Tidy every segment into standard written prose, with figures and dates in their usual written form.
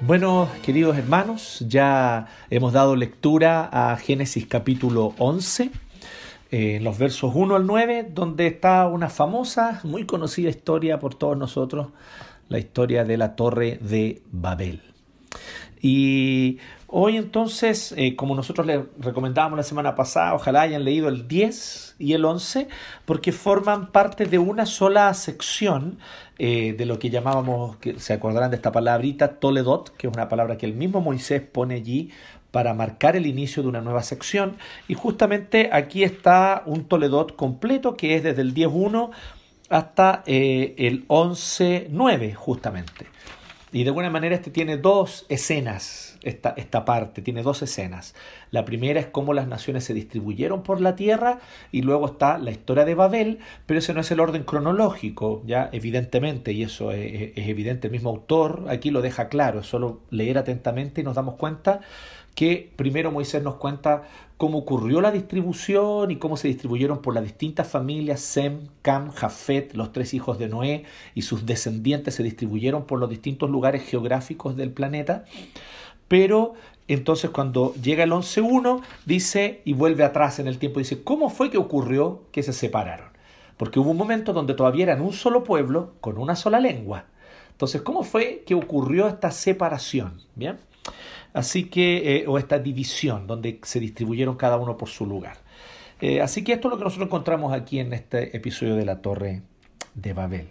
Bueno, queridos hermanos, ya hemos dado lectura a Génesis capítulo 11, en los versos 1 al 9, donde está una famosa, muy conocida historia por todos nosotros, la historia de la Torre de Babel. Y hoy entonces, como nosotros les recomendábamos la semana pasada, ojalá hayan leído el 10 y el 11, porque forman parte de una sola sección de lo que llamábamos, que se acordarán de esta palabrita, Toledot, que es una palabra que el mismo Moisés pone allí para marcar el inicio de una nueva sección. Y justamente aquí está un Toledot completo, que es desde el 10.1 hasta el 11.9 justamente. Y de alguna manera este tiene dos escenas, esta parte tiene dos escenas. La primera es cómo las naciones se distribuyeron por la tierra y luego está la historia de Babel, pero ese no es el orden cronológico, ya evidentemente, y eso es evidente, el mismo autor aquí lo deja claro, es solo leer atentamente y nos damos cuenta que primero Moisés nos cuenta cómo ocurrió la distribución y cómo se distribuyeron por las distintas familias. Sem, Cam, Jafet, los tres hijos de Noé y sus descendientes se distribuyeron por los distintos lugares geográficos del planeta. Pero entonces cuando llega el 11.1 dice, y vuelve atrás en el tiempo, dice, ¿cómo fue que ocurrió que se separaron? Porque hubo un momento donde todavía eran un solo pueblo con una sola lengua. Entonces, ¿cómo fue que ocurrió esta separación? ¿Bien? Así que, o esta división, donde se distribuyeron cada uno por su lugar. Así que esto es lo que nosotros encontramos aquí en este episodio de la Torre de Babel.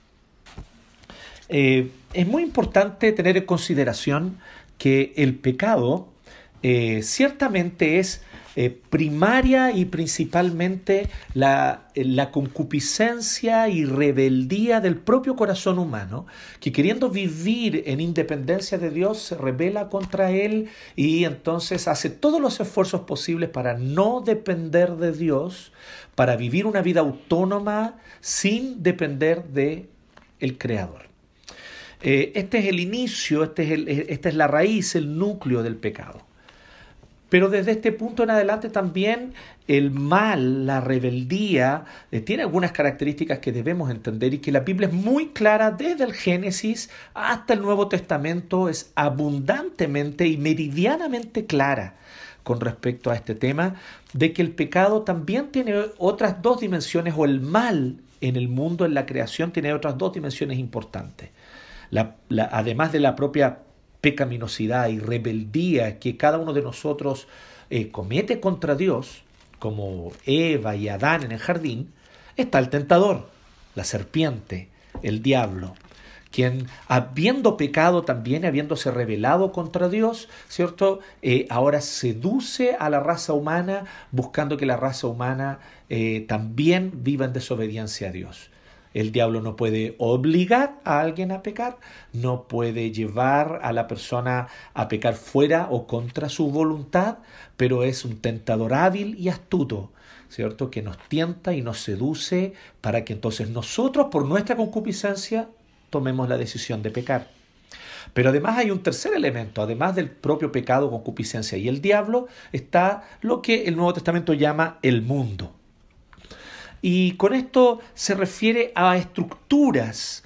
Es muy importante tener en consideración que el pecado ciertamente es primaria y principalmente la concupiscencia y rebeldía del propio corazón humano, que queriendo vivir en independencia de Dios se rebela contra Él y entonces hace todos los esfuerzos posibles para no depender de Dios, para vivir una vida autónoma sin depender de el Creador. Este es el inicio, esta es la raíz, el núcleo del pecado. Pero desde este punto en adelante también el mal, la rebeldía, tiene algunas características que debemos entender y que la Biblia es muy clara desde el Génesis hasta el Nuevo Testamento, es abundantemente y meridianamente clara con respecto a este tema, de que el pecado también tiene otras dos dimensiones, o el mal en el mundo, en la creación, tiene otras dos dimensiones importantes. Además de la propia pecaminosidad y rebeldía que cada uno de nosotros comete contra Dios, como Eva y Adán en el jardín, está el tentador, la serpiente, el diablo, quien habiendo pecado también, habiéndose rebelado contra Dios, ¿cierto? Ahora seduce a la raza humana, buscando que la raza humana también viva en desobediencia a Dios. El diablo no puede obligar a alguien a pecar, no puede llevar a la persona a pecar fuera o contra su voluntad, pero es un tentador hábil y astuto, ¿cierto? Que nos tienta y nos seduce para que entonces nosotros, por nuestra concupiscencia, tomemos la decisión de pecar. Pero además hay un tercer elemento, además del propio pecado, concupiscencia y el diablo, está lo que el Nuevo Testamento llama el mundo. Y con esto se refiere a estructuras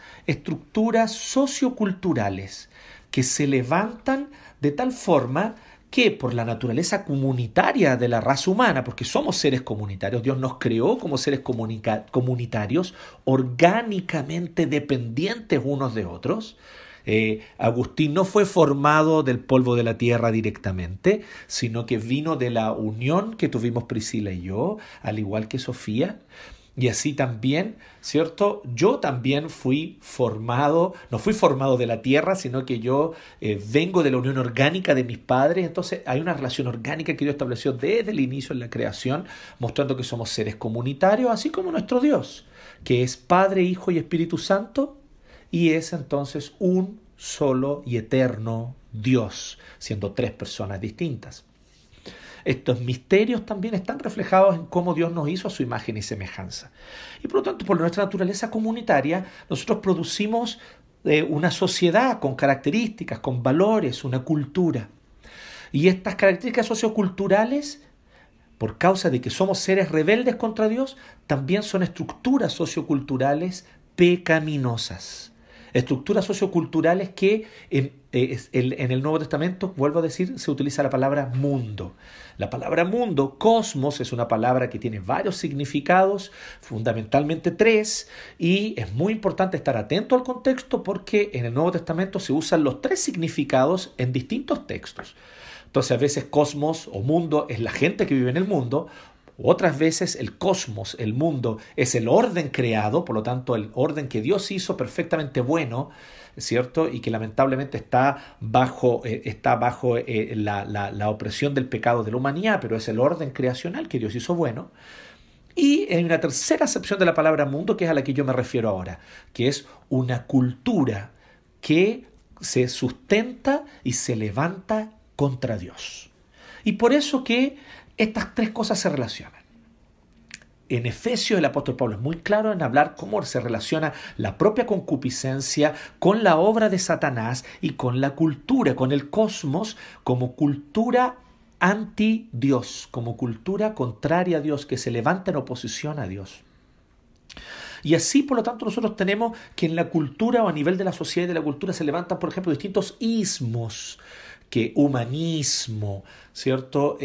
socioculturales que se levantan de tal forma que por la naturaleza comunitaria de la raza humana, porque somos seres comunitarios, Dios nos creó como seres comunitarios, orgánicamente dependientes unos de otros. Agustín no fue formado del polvo de la tierra directamente, sino que vino de la unión que tuvimos Priscila y yo, al igual que Sofía. Y así también, ¿cierto? Yo también fui formado, no fui formado de la tierra, sino que yo vengo de la unión orgánica de mis padres. Entonces hay una relación orgánica que Dios estableció desde el inicio en la creación, mostrando que somos seres comunitarios, así como nuestro Dios, que es Padre, Hijo y Espíritu Santo, y es entonces un solo y eterno Dios, siendo tres personas distintas. Estos misterios también están reflejados en cómo Dios nos hizo a su imagen y semejanza. Y por lo tanto, por nuestra naturaleza comunitaria, nosotros producimos una sociedad con características, con valores, una cultura. Y estas características socioculturales, por causa de que somos seres rebeldes contra Dios, también son estructuras socioculturales pecaminosas. Estructuras socioculturales que en el Nuevo Testamento, vuelvo a decir, se utiliza la palabra mundo. La palabra mundo, cosmos, es una palabra que tiene varios significados, fundamentalmente 3, y es muy importante estar atento al contexto porque en el Nuevo Testamento se usan los 3 significados en distintos textos. Entonces a veces cosmos o mundo es la gente que vive en el mundo, otras veces el cosmos, el mundo, es el orden creado, por lo tanto el orden que Dios hizo perfectamente bueno, ¿cierto? Y que lamentablemente está bajo la opresión del pecado de la humanidad, pero es el orden creacional que Dios hizo bueno. Y hay una tercera acepción de la palabra mundo, que es a la que yo me refiero ahora, que es una cultura que se sustenta y se levanta contra Dios. Y por eso que estas 3 cosas se relacionan. En Efesios el apóstol Pablo es muy claro en hablar cómo se relaciona la propia concupiscencia con la obra de Satanás y con la cultura, con el cosmos, como cultura anti-Dios, como cultura contraria a Dios, que se levanta en oposición a Dios. Y así, por lo tanto, nosotros tenemos que en la cultura o a nivel de la sociedad y de la cultura se levantan, por ejemplo, distintos ismos, que humanismo, ¿cierto?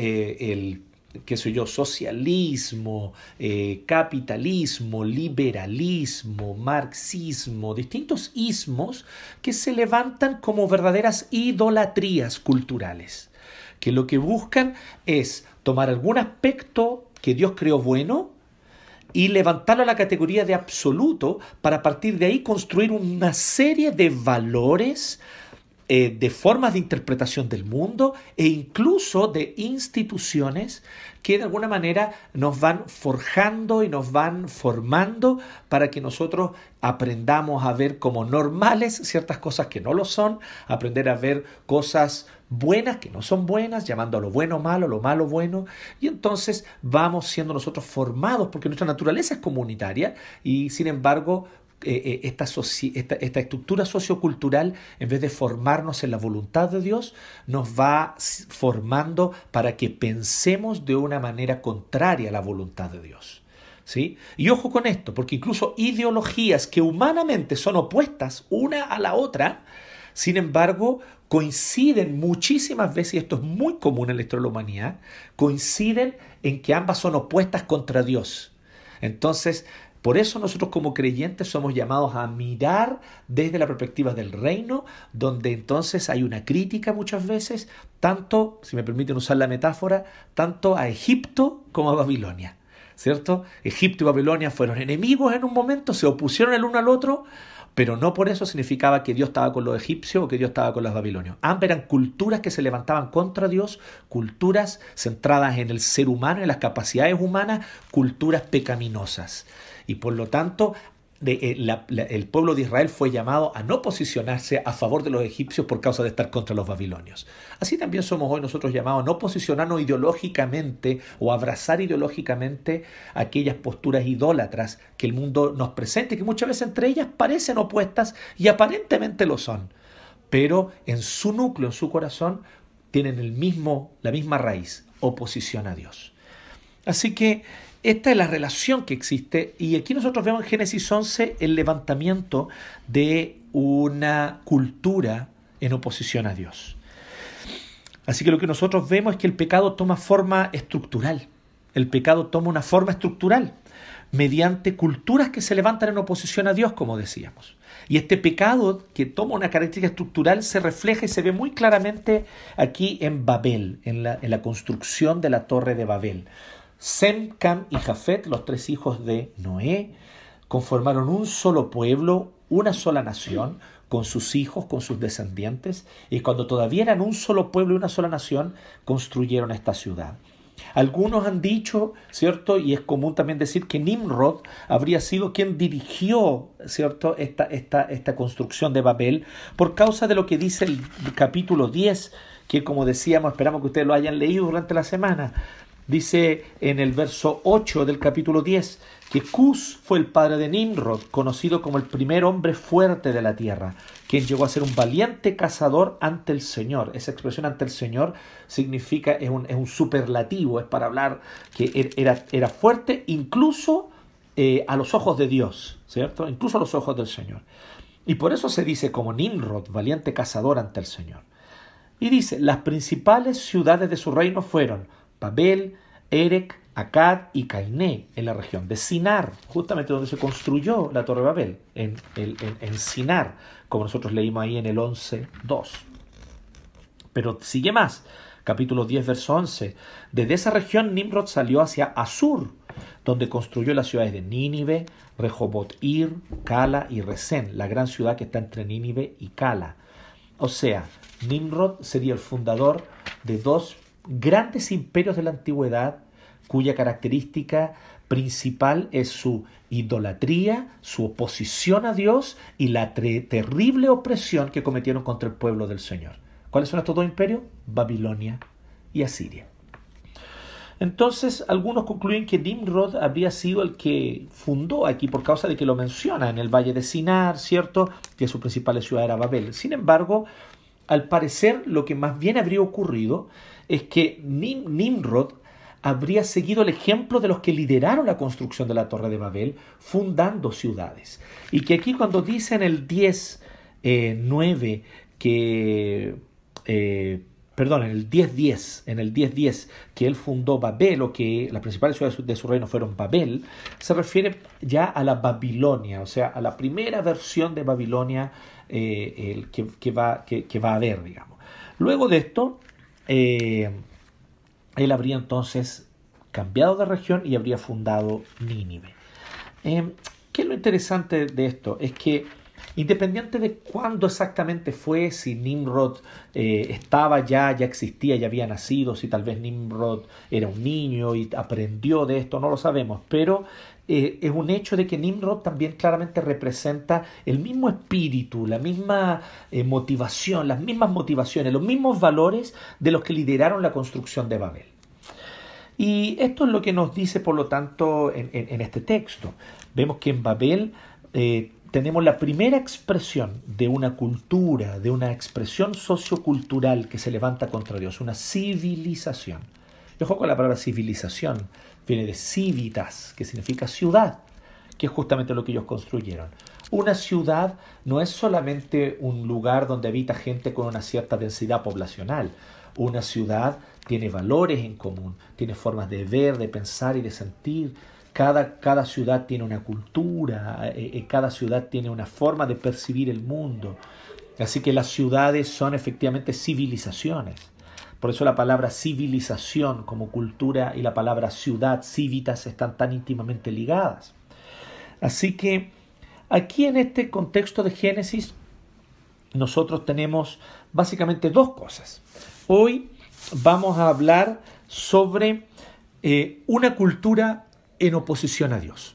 Socialismo, capitalismo, liberalismo, marxismo, distintos ismos que se levantan como verdaderas idolatrías culturales, que lo que buscan es tomar algún aspecto que Dios creó bueno y levantarlo a la categoría de absoluto para a partir de ahí construir una serie de valores, de formas de interpretación del mundo e incluso de instituciones que de alguna manera nos van forjando y nos van formando para que nosotros aprendamos a ver como normales ciertas cosas que no lo son, aprender a ver cosas buenas que no son buenas, llamando a lo bueno malo, lo malo bueno, y entonces vamos siendo nosotros formados porque nuestra naturaleza es comunitaria y sin embargo esta estructura sociocultural, en vez de formarnos en la voluntad de Dios, nos va formando para que pensemos de una manera contraria a la voluntad de Dios. ¿Sí? Y ojo con esto, porque incluso ideologías que humanamente son opuestas una a la otra, sin embargo, coinciden muchísimas veces, y esto es muy común en la historia de la humanidad, coinciden en que ambas son opuestas contra Dios. Entonces, por eso nosotros como creyentes somos llamados a mirar desde la perspectiva del reino, donde entonces hay una crítica muchas veces, tanto, si me permiten usar la metáfora, tanto a Egipto como a Babilonia, ¿cierto? Egipto y Babilonia fueron enemigos en un momento, se opusieron el uno al otro, pero no por eso significaba que Dios estaba con los egipcios o que Dios estaba con los babilonios. Ambas eran culturas que se levantaban contra Dios, culturas centradas en el ser humano, en las capacidades humanas, culturas pecaminosas. Y por lo tanto, el pueblo de Israel fue llamado a no posicionarse a favor de los egipcios por causa de estar contra los babilonios. Así también somos hoy nosotros llamados a no posicionarnos ideológicamente o abrazar ideológicamente aquellas posturas idólatras que el mundo nos presenta y que muchas veces entre ellas parecen opuestas y aparentemente lo son. Pero en su núcleo, en su corazón, tienen la misma raíz, oposición a Dios. Así que esta es la relación que existe y aquí nosotros vemos en Génesis 11 el levantamiento de una cultura en oposición a Dios. Así que lo que nosotros vemos es que el pecado toma forma estructural. El pecado toma una forma estructural mediante culturas que se levantan en oposición a Dios, como decíamos. Y este pecado que toma una característica estructural se refleja y se ve muy claramente aquí en Babel, en la construcción de la Torre de Babel. Sem, Cam y Jafet, los 3 hijos de Noé, conformaron un solo pueblo, una sola nación, con sus hijos, con sus descendientes, y cuando todavía eran un solo pueblo y una sola nación, construyeron esta ciudad. Algunos han dicho, ¿cierto? Y es común también decir que Nimrod habría sido quien dirigió, ¿cierto?, esta construcción de Babel, por causa de lo que dice el capítulo 10, que como decíamos, esperamos que ustedes lo hayan leído durante la semana. Dice en el verso 8 del capítulo 10 que Cus fue el padre de Nimrod, conocido como el primer hombre fuerte de la tierra, quien llegó a ser un valiente cazador ante el Señor. Esa expresión ante el Señor significa, es un superlativo, es para hablar que era fuerte incluso a los ojos de Dios, ¿cierto? Incluso a los ojos del Señor. Y por eso se dice como Nimrod, valiente cazador ante el Señor. Y dice, las principales ciudades de su reino fueron Babel, Erech, Akkad y Cainé, en la región de Sinar, justamente donde se construyó la Torre de Babel, en Sinar, como nosotros leímos ahí en el 11:2. Pero sigue más, capítulo 10, verso 11. Desde esa región Nimrod salió hacia Asur, donde construyó las ciudades de Nínive, Rehobot-ir, Cala y Resén, la gran ciudad que está entre Nínive y Cala. O sea, Nimrod sería el fundador de dos grandes imperios de la antigüedad, cuya característica principal es su idolatría, su oposición a Dios y la terrible opresión que cometieron contra el pueblo del Señor. ¿Cuáles son estos dos imperios? Babilonia y Asiria. Entonces, algunos concluyen que Nimrod habría sido el que fundó aquí por causa de que lo menciona en el valle de Sinar, ¿cierto? Que su principal ciudad era Babel. Sin embargo, al parecer, lo que más bien habría ocurrido es que Nimrod habría seguido el ejemplo de los que lideraron la construcción de la Torre de Babel, fundando ciudades. Y que aquí cuando dice en el 10:9 que... en el 10:10 que él fundó Babel, o que las principales ciudades de su reino fueron Babel, se refiere ya a la Babilonia, o sea, a la primera versión de Babilonia que va a haber, digamos. Luego de esto, él habría entonces cambiado de región y habría fundado Nínive. ¿Qué es lo interesante de esto? Es que independiente de cuándo exactamente fue, si Nimrod ya existía, ya había nacido, si tal vez Nimrod era un niño y aprendió de esto, no lo sabemos, pero es un hecho de que Nimrod también claramente representa el mismo espíritu, la misma motivación, las mismas motivaciones, los mismos valores de los que lideraron la construcción de Babel. Y esto es lo que nos dice, por lo tanto, en este texto. Vemos que en Babel tenemos la primera expresión de una cultura, de una expresión sociocultural que se levanta contra Dios, una civilización. Y ojo con la palabra civilización, viene de civitas, que significa ciudad, que es justamente lo que ellos construyeron. Una ciudad no es solamente un lugar donde habita gente con una cierta densidad poblacional. Una ciudad tiene valores en común, tiene formas de ver, de pensar y de sentir. Cada ciudad tiene una cultura, cada ciudad tiene una forma de percibir el mundo. Así que las ciudades son efectivamente civilizaciones. Por eso la palabra civilización como cultura y la palabra ciudad, civitas, están tan íntimamente ligadas. Así que aquí en este contexto de Génesis nosotros tenemos básicamente dos cosas. Hoy vamos a hablar sobre una cultura en oposición a Dios.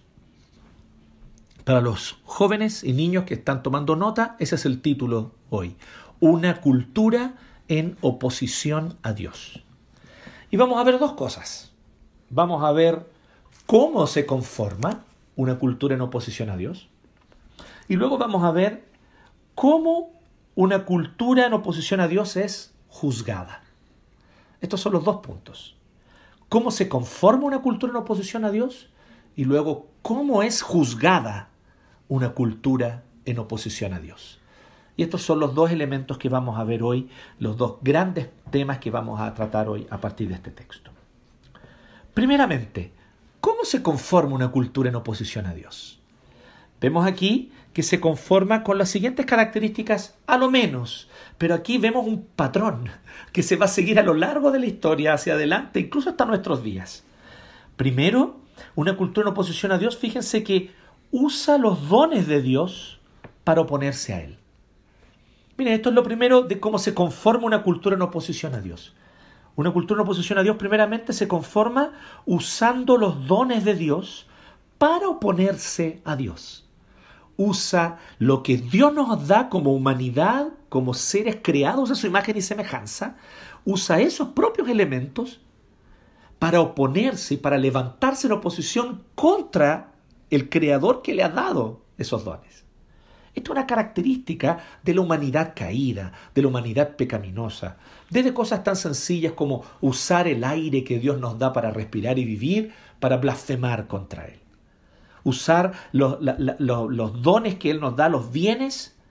Para los jóvenes y niños que están tomando nota, ese es el título hoy. Una cultura en oposición a Dios. Y vamos a ver dos cosas. Vamos a ver cómo se conforma una cultura en oposición a Dios. Y luego vamos a ver cómo una cultura en oposición a Dios es juzgada. Estos son los dos puntos. Cómo se conforma una cultura en oposición a Dios y luego cómo es juzgada una cultura en oposición a Dios. Y estos son los dos elementos que vamos a ver hoy, los dos grandes temas que vamos a tratar hoy a partir de este texto. Primeramente, ¿cómo se conforma una cultura en oposición a Dios? Vemos aquí que se conforma con las siguientes características, a lo menos, pero aquí vemos un patrón que se va a seguir a lo largo de la historia, hacia adelante, incluso hasta nuestros días. Primero, una cultura en oposición a Dios, fíjense que usa los dones de Dios para oponerse a Él. Miren, esto es lo primero de cómo se conforma una cultura en oposición a Dios. Una cultura en oposición a Dios primeramente se conforma usando los dones de Dios para oponerse a Dios. Usa lo que Dios nos da como humanidad, como seres creados a su imagen y semejanza, usa esos propios elementos para oponerse y para levantarse en oposición contra el Creador que le ha dado esos dones. Esto es una característica de la humanidad caída, de la humanidad pecaminosa. Desde cosas tan sencillas como usar el aire que Dios nos da para respirar y vivir, para blasfemar contra Él. Usar los dones que Él nos da, los bienes,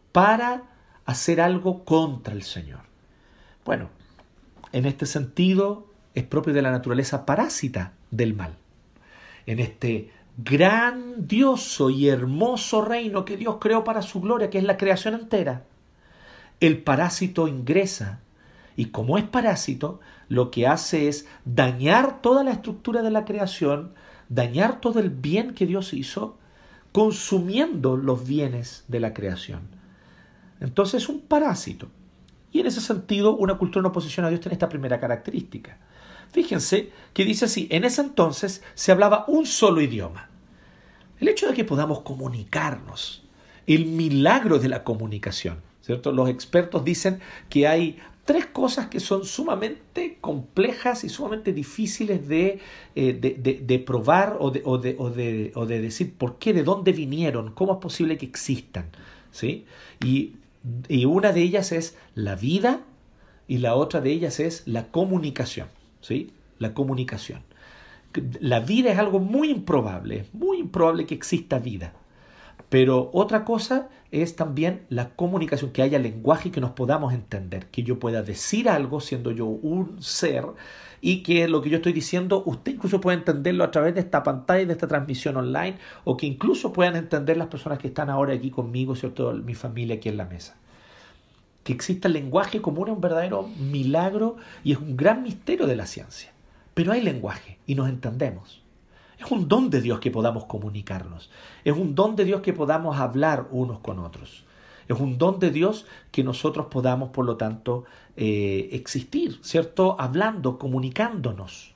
para hacer algo contra el Señor. Bueno, en este sentido es propio de la naturaleza parásita del mal. En este grandioso y hermoso reino que Dios creó para su gloria, que es la creación entera, el parásito ingresa y como es parásito, lo que hace es dañar toda la estructura de la creación, dañar todo el bien que Dios hizo, consumiendo los bienes de la creación. Entonces es un parásito. Y en ese sentido, una cultura en oposición a Dios tiene esta primera característica. Fíjense que dice así: en ese entonces se hablaba un solo idioma. El hecho de que podamos comunicarnos, el milagro de la comunicación, ¿cierto? Los expertos dicen que hay tres cosas que son sumamente complejas y sumamente difíciles de probar o de decir por qué, de dónde vinieron, cómo es posible que existan, ¿sí? Y una de ellas es la vida y la otra de ellas es la comunicación, ¿sí? La comunicación. La vida es algo muy improbable que exista vida. Pero otra cosa es también la comunicación, que haya lenguaje y que nos podamos entender, que yo pueda decir algo siendo yo un ser y que lo que yo estoy diciendo usted incluso pueda entenderlo a través de esta pantalla, de esta transmisión online, o que incluso puedan entender las personas que están ahora aquí conmigo, ¿cierto? Mi familia aquí en la mesa. Que exista el lenguaje común es un verdadero milagro y es un gran misterio de la ciencia. Pero hay lenguaje y nos entendemos. Es un don de Dios que podamos comunicarnos. Es un don de Dios que podamos hablar unos con otros. Es un don de Dios que nosotros podamos, por lo tanto, existir, ¿cierto? Hablando, comunicándonos.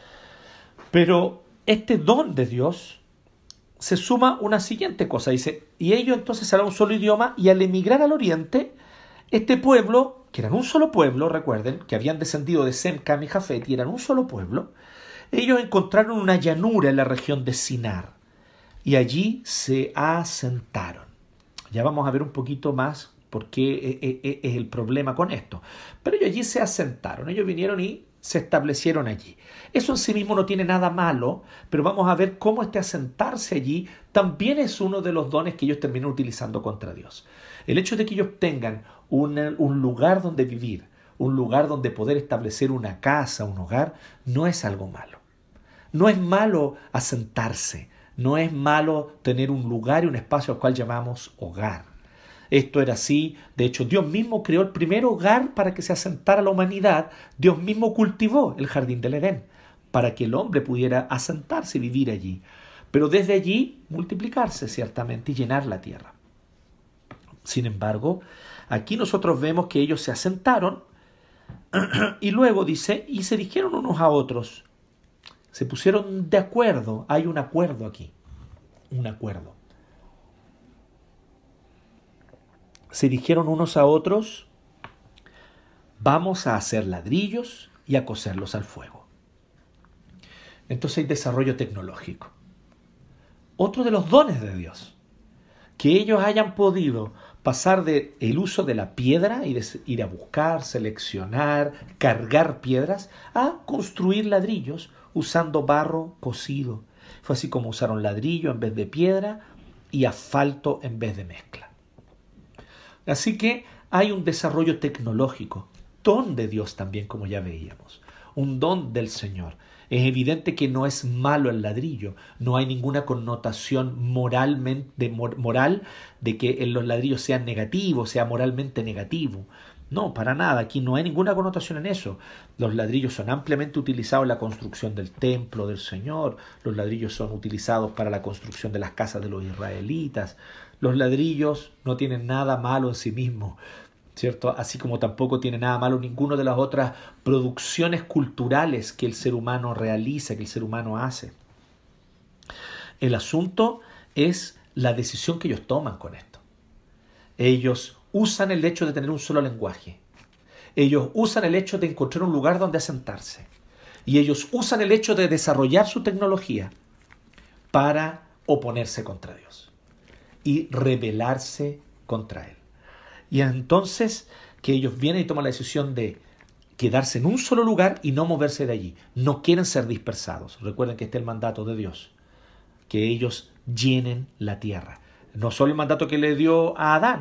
Pero este don de Dios se suma una siguiente cosa. Dice, y ellos entonces hablaban un solo idioma y al emigrar al oriente, este pueblo, que eran un solo pueblo, recuerden, que habían descendido de Sem, Cam y Jafet y eran un solo pueblo, ellos encontraron una llanura en la región de Sinar y allí se asentaron. Ya vamos a ver un poquito más por qué es el problema con esto. Pero ellos allí se asentaron, ellos vinieron y se establecieron allí. Eso en sí mismo no tiene nada malo, pero vamos a ver cómo este asentarse allí también es uno de los dones que ellos terminan utilizando contra Dios. El hecho de que ellos tengan un lugar donde vivir, un lugar donde poder establecer una casa, un hogar, no es algo malo. No es malo asentarse, no es malo tener un lugar y un espacio al cual llamamos hogar. Esto era así, de hecho Dios mismo creó el primer hogar para que se asentara la humanidad. Dios mismo cultivó el jardín del Edén para que el hombre pudiera asentarse y vivir allí. Pero desde allí multiplicarse ciertamente y llenar la tierra. Sin embargo, aquí nosotros vemos que ellos se asentaron y luego dice, y se dijeron unos a otros, se pusieron de acuerdo, hay un acuerdo aquí, un acuerdo. Se dijeron unos a otros, vamos a hacer ladrillos y a cocerlos al fuego. Entonces hay desarrollo tecnológico. Otro de los dones de Dios, que ellos hayan podido pasar del uso de la piedra y de ir a buscar, seleccionar, cargar piedras, a construir ladrillos usando barro cocido. Fue así como usaron ladrillo en vez de piedra y asfalto en vez de mezcla. Así que hay un desarrollo tecnológico, don de Dios también, como ya veíamos, un don del Señor. Es evidente que no es malo el ladrillo, no hay ninguna connotación moral de que los ladrillos sean negativos, sea moralmente negativo. No, para nada, aquí no hay ninguna connotación en eso. Los ladrillos son ampliamente utilizados en la construcción del templo del Señor, los ladrillos son utilizados para la construcción de las casas de los israelitas. Los ladrillos no tienen nada malo en sí mismos, ¿cierto? Así como tampoco tiene nada malo ninguna de las otras producciones culturales que el ser humano realiza, que el ser humano hace. El asunto es la decisión que ellos toman con esto. Ellos usan el hecho de tener un solo lenguaje. Ellos usan el hecho de encontrar un lugar donde asentarse. Y ellos usan el hecho de desarrollar su tecnología para oponerse contra Dios y rebelarse contra Él. Y entonces que ellos vienen y toman la decisión de quedarse en un solo lugar y no moverse de allí. No quieren ser dispersados. Recuerden que este es el mandato de Dios, que ellos llenen la tierra. No solo el mandato que le dio a Adán,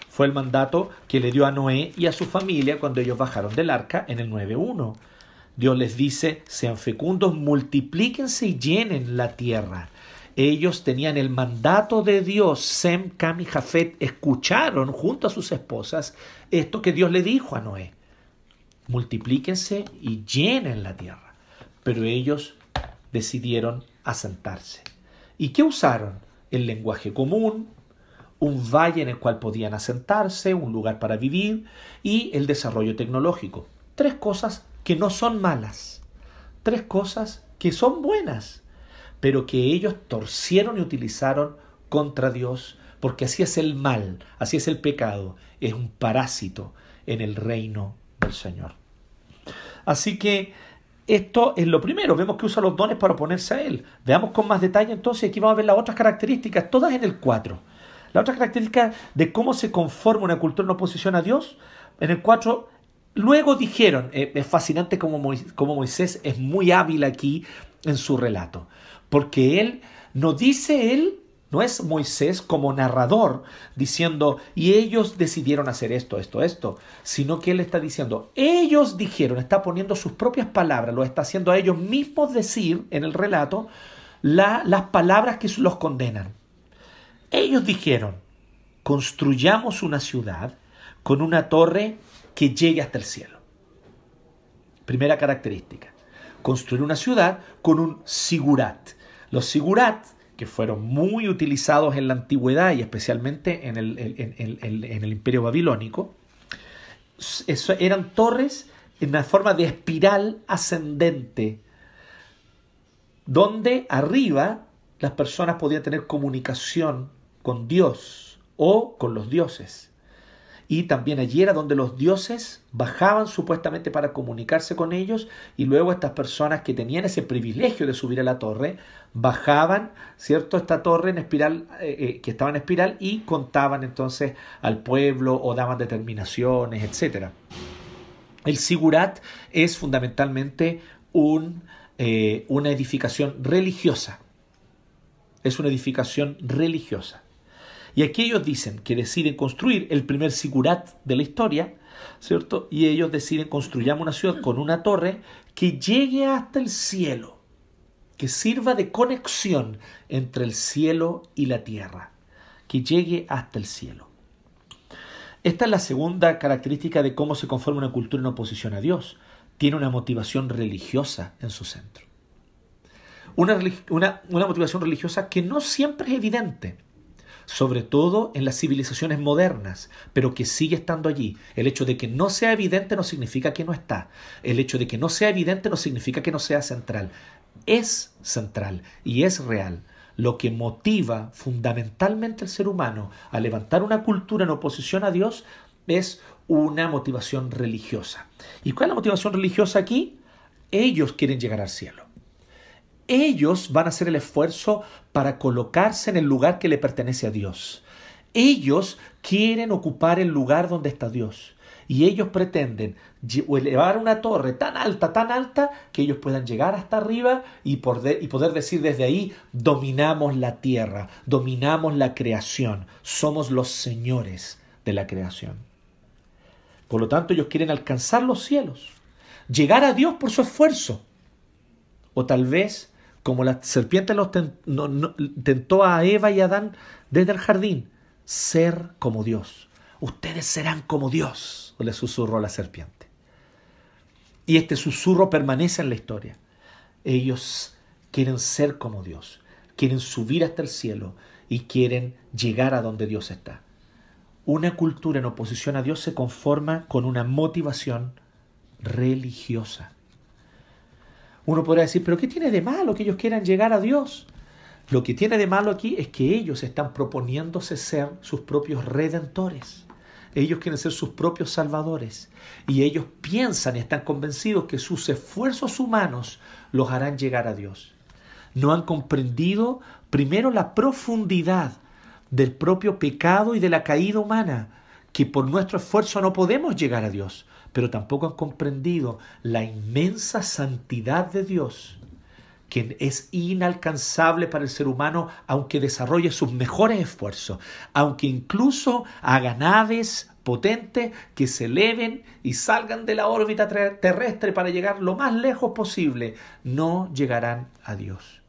Fue el mandato que le dio a Noé y a su familia cuando ellos bajaron del arca en el 9:1. Dios les dice, sean fecundos, multiplíquense y llenen la tierra. Ellos tenían el mandato de Dios. Sem, Cam y Jafet escucharon junto a sus esposas esto que Dios le dijo a Noé. Multiplíquense y llenen la tierra. Pero ellos decidieron asentarse. ¿Y qué usaron? El lenguaje común, un valle en el cual podían asentarse, un lugar para vivir y el desarrollo tecnológico. 3 cosas que no son malas, 3 cosas que son buenas, pero que ellos torcieron y utilizaron contra Dios, porque así es el mal, así es el pecado, es un parásito en el reino del Señor. Así que esto es lo primero, vemos que usa los dones para oponerse a Él. Veamos con más detalle entonces, aquí vamos a ver las otras características, todas en el 4. La otra característica de cómo se conforma una cultura en oposición a Dios, en el 4, luego dijeron, es fascinante como Moisés es muy hábil aquí en su relato, porque él no dice, no es Moisés como narrador diciendo, y ellos decidieron hacer esto, sino que él está diciendo, ellos dijeron, está poniendo sus propias palabras, lo está haciendo a ellos mismos decir en el relato las palabras que los condenan. Ellos dijeron, construyamos una ciudad con una torre que llegue hasta el cielo. Primera característica, construir una ciudad con un sigurat. Los sigurat, que fueron muy utilizados en la antigüedad y especialmente en el Imperio Babilónico, eran torres en una forma de espiral ascendente, donde arriba las personas podían tener comunicación con Dios o con los dioses. Y también allí era donde los dioses bajaban supuestamente para comunicarse con ellos, y luego estas personas que tenían ese privilegio de subir a la torre bajaban, ¿cierto?, esta torre en espiral, que estaba en espiral, y contaban entonces al pueblo o daban determinaciones, etc. El sigurat es fundamentalmente una edificación religiosa. Es una edificación religiosa. Y aquí ellos dicen que deciden construir el primer sigurat de la historia, ¿cierto? Y ellos deciden construyamos una ciudad con una torre que llegue hasta el cielo, que sirva de conexión entre el cielo y la tierra, que llegue hasta el cielo. Esta es la segunda característica de cómo se conforma una cultura en oposición a Dios. Tiene una motivación religiosa en su centro. Una motivación religiosa que no siempre es evidente, sobre todo en las civilizaciones modernas, pero que sigue estando allí. El hecho de que no sea evidente no significa que no está. El hecho de que no sea evidente no significa que no sea central. Es central y es real. Lo que motiva fundamentalmente al ser humano a levantar una cultura en oposición a Dios es una motivación religiosa. ¿Y cuál es la motivación religiosa aquí? Ellos quieren llegar al cielo. Ellos van a hacer el esfuerzo para colocarse en el lugar que le pertenece a Dios. Ellos quieren ocupar el lugar donde está Dios. Y ellos pretenden elevar una torre tan alta, que ellos puedan llegar hasta arriba y poder decir desde ahí, dominamos la tierra, dominamos la creación, somos los señores de la creación. Por lo tanto, ellos quieren alcanzar los cielos, llegar a Dios por su esfuerzo. O tal vez, como la serpiente tentó a Eva y a Adán desde el jardín, ser como Dios. Ustedes serán como Dios, le susurró la serpiente. Y este susurro permanece en la historia. Ellos quieren ser como Dios, quieren subir hasta el cielo y quieren llegar a donde Dios está. Una cultura en oposición a Dios se conforma con una motivación religiosa. Uno podrá decir, ¿pero qué tiene de malo que ellos quieran llegar a Dios? Lo que tiene de malo aquí es que ellos están proponiéndose ser sus propios redentores. Ellos quieren ser sus propios salvadores. Y ellos piensan y están convencidos que sus esfuerzos humanos los harán llegar a Dios. No han comprendido primero la profundidad del propio pecado y de la caída humana, que por nuestro esfuerzo no podemos llegar a Dios, pero tampoco han comprendido la inmensa santidad de Dios, que es inalcanzable para el ser humano, aunque desarrolle sus mejores esfuerzos, aunque incluso haga naves potentes que se eleven y salgan de la órbita terrestre para llegar lo más lejos posible, no llegarán a Dios.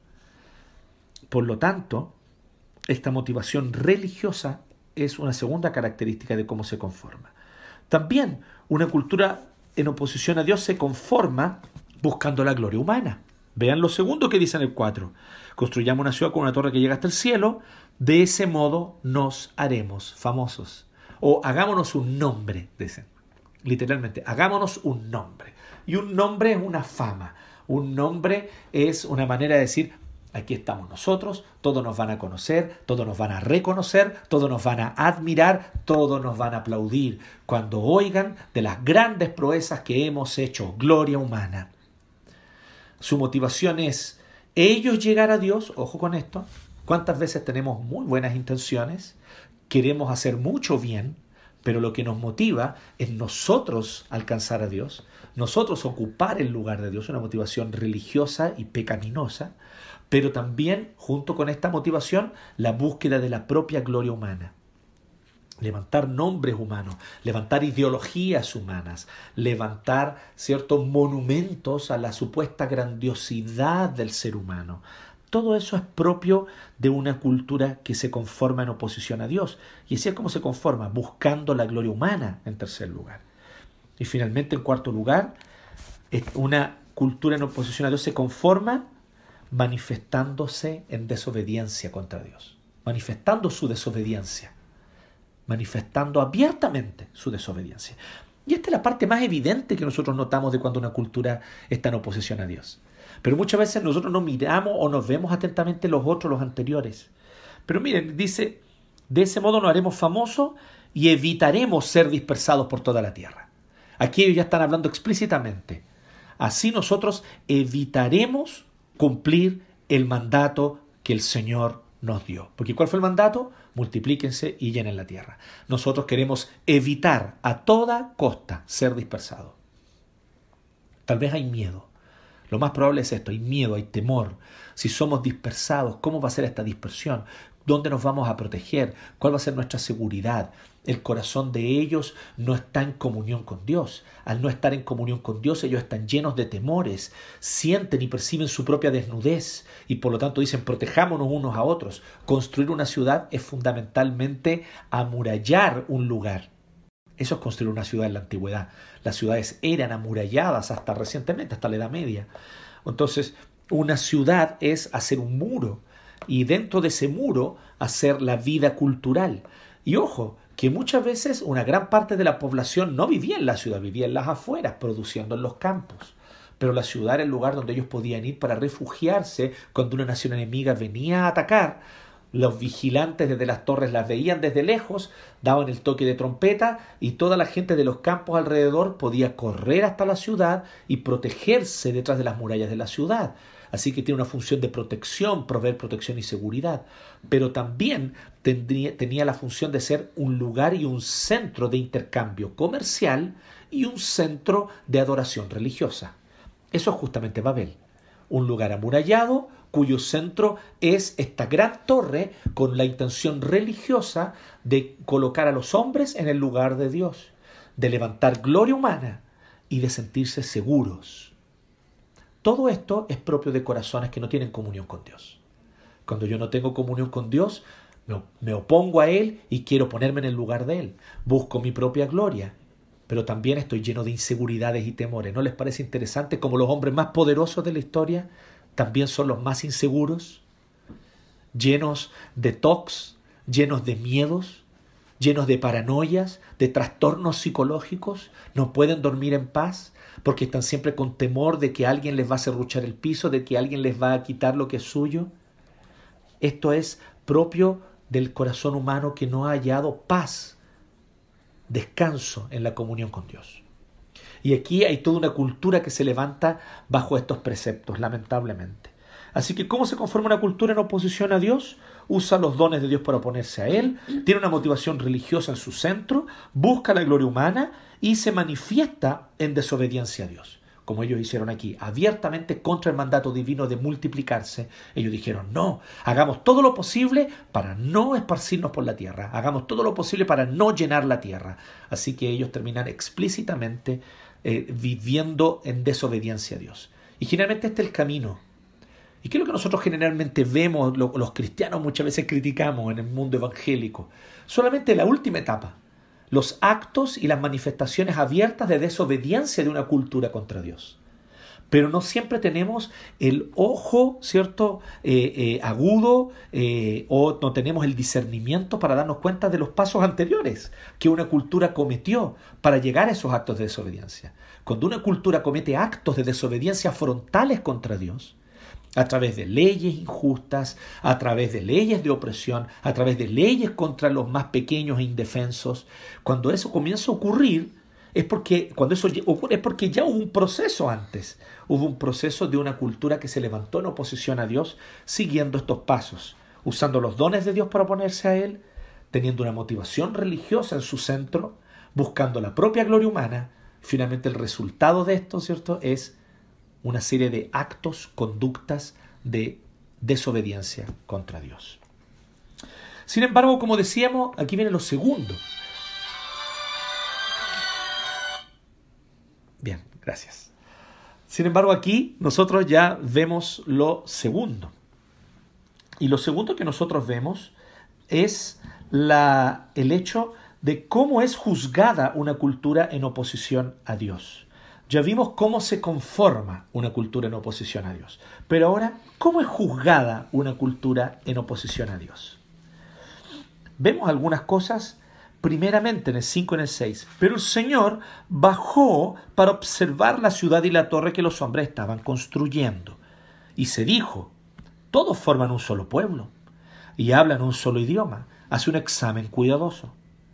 Por lo tanto, esta motivación religiosa es una segunda característica de cómo se conforma. También una cultura en oposición a Dios se conforma buscando la gloria humana. Vean lo segundo que dice en el 4. Construyamos una ciudad con una torre que llega hasta el cielo, de ese modo nos haremos famosos. O hagámonos un nombre, dicen. Literalmente, hagámonos un nombre. Y un nombre es una fama. Un nombre es una manera de decir, aquí estamos nosotros, todos nos van a conocer, todos nos van a reconocer, todos nos van a admirar, todos nos van a aplaudir cuando oigan de las grandes proezas que hemos hecho, gloria humana. Su motivación es ellos llegar a Dios, ojo con esto, cuántas veces tenemos muy buenas intenciones, queremos hacer mucho bien, pero lo que nos motiva es nosotros alcanzar a Dios, nosotros ocupar el lugar de Dios, una motivación religiosa y pecaminosa, pero también, junto con esta motivación, la búsqueda de la propia gloria humana. Levantar nombres humanos, levantar ideologías humanas, levantar ciertos monumentos a la supuesta grandiosidad del ser humano. Todo eso es propio de una cultura que se conforma en oposición a Dios. Y así es como se conforma, buscando la gloria humana en tercer lugar. Y finalmente, en cuarto lugar, una cultura en oposición a Dios se conforma manifestándose en desobediencia contra Dios, manifestando su desobediencia, manifestando abiertamente su desobediencia. Y esta es la parte más evidente que nosotros notamos de cuando una cultura está en oposición a Dios. Pero muchas veces nosotros no miramos o nos vemos atentamente los otros, los anteriores. Pero miren, dice, de ese modo nos haremos famosos y evitaremos ser dispersados por toda la tierra. Aquí ellos ya están hablando explícitamente. Así nosotros evitaremos cumplir el mandato que el Señor nos dio. Porque ¿cuál fue el mandato? Multiplíquense y llenen la tierra. Nosotros queremos evitar a toda costa ser dispersados. Tal vez hay miedo. Lo más probable es esto, hay miedo, hay temor. Si somos dispersados, ¿cómo va a ser esta dispersión? ¿Dónde nos vamos a proteger? ¿Cuál va a ser nuestra seguridad? El corazón de ellos no está en comunión con Dios. Al no estar en comunión con Dios, ellos están llenos de temores, sienten y perciben su propia desnudez y por lo tanto dicen, protejámonos unos a otros. Construir una ciudad es fundamentalmente amurallar un lugar. Eso es construir una ciudad en la antigüedad. Las ciudades eran amuralladas hasta recientemente, hasta la Edad Media. Entonces, una ciudad es hacer un muro y dentro de ese muro hacer la vida cultural. Y ojo, que muchas veces una gran parte de la población no vivía en la ciudad, vivía en las afueras, produciendo en los campos. Pero la ciudad era el lugar donde ellos podían ir para refugiarse cuando una nación enemiga venía a atacar. Los vigilantes desde las torres las veían desde lejos, daban el toque de trompeta y toda la gente de los campos alrededor podía correr hasta la ciudad y protegerse detrás de las murallas de la ciudad. Así que tiene una función de protección, proveer protección y seguridad. Pero también tenía la función de ser un lugar y un centro de intercambio comercial y un centro de adoración religiosa. Eso es justamente Babel. Un lugar amurallado cuyo centro es esta gran torre con la intención religiosa de colocar a los hombres en el lugar de Dios, de levantar gloria humana y de sentirse seguros. Todo esto es propio de corazones que no tienen comunión con Dios. Cuando yo no tengo comunión con Dios, me opongo a Él y quiero ponerme en el lugar de Él. Busco mi propia gloria, pero también estoy lleno de inseguridades y temores. ¿No les parece interesante cómo los hombres más poderosos de la historia también son los más inseguros? Llenos de tocs, llenos de miedos, llenos de paranoias, de trastornos psicológicos, no pueden dormir en paz porque están siempre con temor de que alguien les va a serruchar el piso, de que alguien les va a quitar lo que es suyo. Esto es propio del corazón humano que no ha hallado paz, descanso en la comunión con Dios. Y aquí hay toda una cultura que se levanta bajo estos preceptos, lamentablemente. Así que, ¿cómo se conforma una cultura en oposición a Dios? Usa los dones de Dios para oponerse a Él, tiene una motivación religiosa en su centro, busca la gloria humana y se manifiesta en desobediencia a Dios. como ellos hicieron aquí, abiertamente contra el mandato divino de multiplicarse, ellos dijeron, no, hagamos todo lo posible para no esparcirnos por la tierra, hagamos todo lo posible para no llenar la tierra. Así que ellos terminan explícitamente viviendo en desobediencia a Dios. Y generalmente este es el camino. ¿Y qué es lo que nosotros generalmente vemos, los cristianos muchas veces criticamos en el mundo evangélico? Solamente la última etapa, los actos y las manifestaciones abiertas de desobediencia de una cultura contra Dios. Pero no siempre tenemos el ojo, ¿cierto?, agudo, o no tenemos el discernimiento para darnos cuenta de los pasos anteriores que una cultura cometió para llegar a esos actos de desobediencia. Cuando una cultura comete actos de desobediencia frontales contra Dios, a través de leyes injustas, a través de leyes de opresión, a través de leyes contra los más pequeños e indefensos, cuando eso comienza a ocurrir, es porque ya hubo un proceso antes. Hubo un proceso de una cultura que se levantó en oposición a Dios, siguiendo estos pasos, usando los dones de Dios para oponerse a Él, teniendo una motivación religiosa en su centro, buscando la propia gloria humana. Finalmente el resultado de esto, ¿cierto?, es una serie de actos, conductas de desobediencia contra Dios. Sin embargo, como decíamos, aquí viene lo segundo. Bien, gracias. Sin embargo, aquí nosotros ya vemos lo segundo. Y lo segundo que nosotros vemos es el hecho de cómo es juzgada una cultura en oposición a Dios. Ya vimos cómo se conforma una cultura en oposición a Dios. Pero ahora, ¿cómo es juzgada una cultura en oposición a Dios? Vemos algunas cosas, primeramente en el 5 y en el 6. Pero el Señor bajó para observar la ciudad y la torre que los hombres estaban construyendo. Y se dijo, todos forman un solo pueblo y hablan un solo idioma. Hace un examen cuidadoso.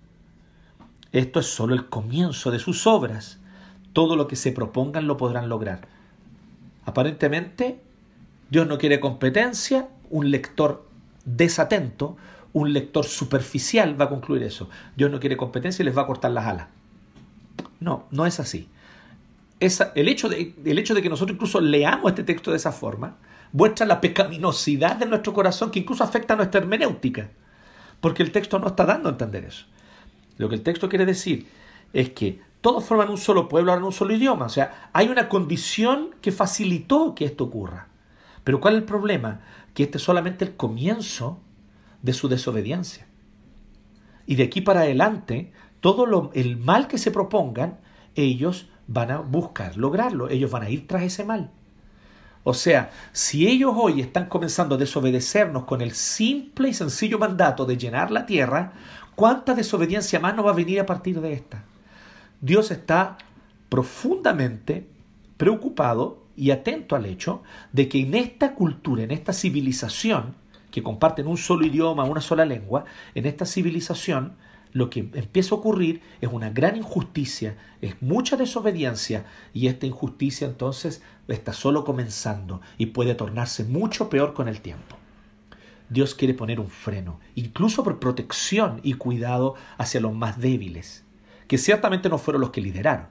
Esto es solo el comienzo de sus obras. Todo lo que se propongan lo podrán lograr. Aparentemente, Dios no quiere competencia. Un lector desatento, un lector superficial va a concluir eso. Dios no quiere competencia y les va a cortar las alas. No, no es así. El hecho de que nosotros incluso leamos este texto de esa forma muestra la pecaminosidad de nuestro corazón, que incluso afecta a nuestra hermenéutica, porque el texto no está dando a entender eso. Lo que el texto quiere decir es que todos forman un solo pueblo, hablan un solo idioma. O sea, hay una condición que facilitó que esto ocurra. Pero ¿cuál es el problema? Que este es solamente el comienzo de su desobediencia. Y de aquí para adelante, el mal que se propongan, ellos van a buscar lograrlo. Ellos van a ir tras ese mal. O sea, si ellos hoy están comenzando a desobedecernos con el simple y sencillo mandato de llenar la tierra, ¿cuánta desobediencia más no va a venir a partir de esta? Dios está profundamente preocupado y atento al hecho de que en esta cultura, en esta civilización, que comparten un solo idioma, una sola lengua, en esta civilización lo que empieza a ocurrir es una gran injusticia, es mucha desobediencia, y esta injusticia entonces está solo comenzando y puede tornarse mucho peor con el tiempo. Dios quiere poner un freno, incluso por protección y cuidado hacia los más débiles, que ciertamente no fueron los que lideraron.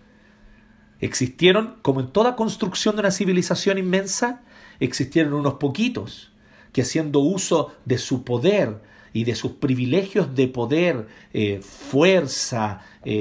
Existieron, como en toda construcción de una civilización inmensa, existieron unos poquitos que, haciendo uso de su poder y de sus privilegios de poder, fuerza,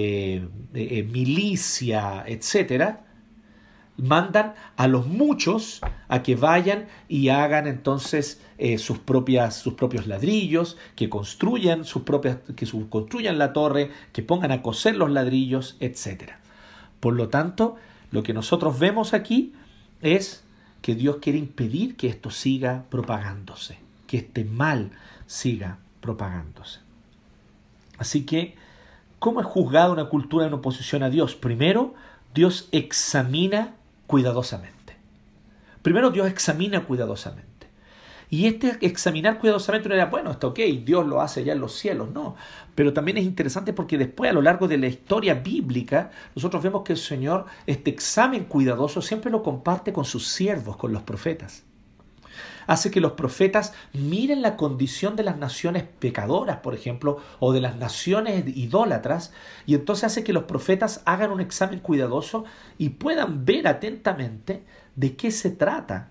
milicia, etc., mandan a los muchos a que vayan y hagan entonces sus propios ladrillos, que construyan construyan la torre, que pongan a coser los ladrillos, etc. Por lo tanto, lo que nosotros vemos aquí es que Dios quiere impedir que esto siga propagándose, que este mal siga propagándose. Así que, ¿cómo es juzgada una cultura en oposición a Dios? Primero, Dios examina cuidadosamente. Y este examinar cuidadosamente no era, bueno, está ok, Dios lo hace ya en los cielos, no. Pero también es interesante porque después, a lo largo de la historia bíblica, nosotros vemos que el Señor, este examen cuidadoso, siempre lo comparte con sus siervos, con los profetas. hace que los profetas miren la condición de las naciones pecadoras, por ejemplo, o de las naciones idólatras, y entonces hace que los profetas hagan un examen cuidadoso y puedan ver atentamente de qué se trata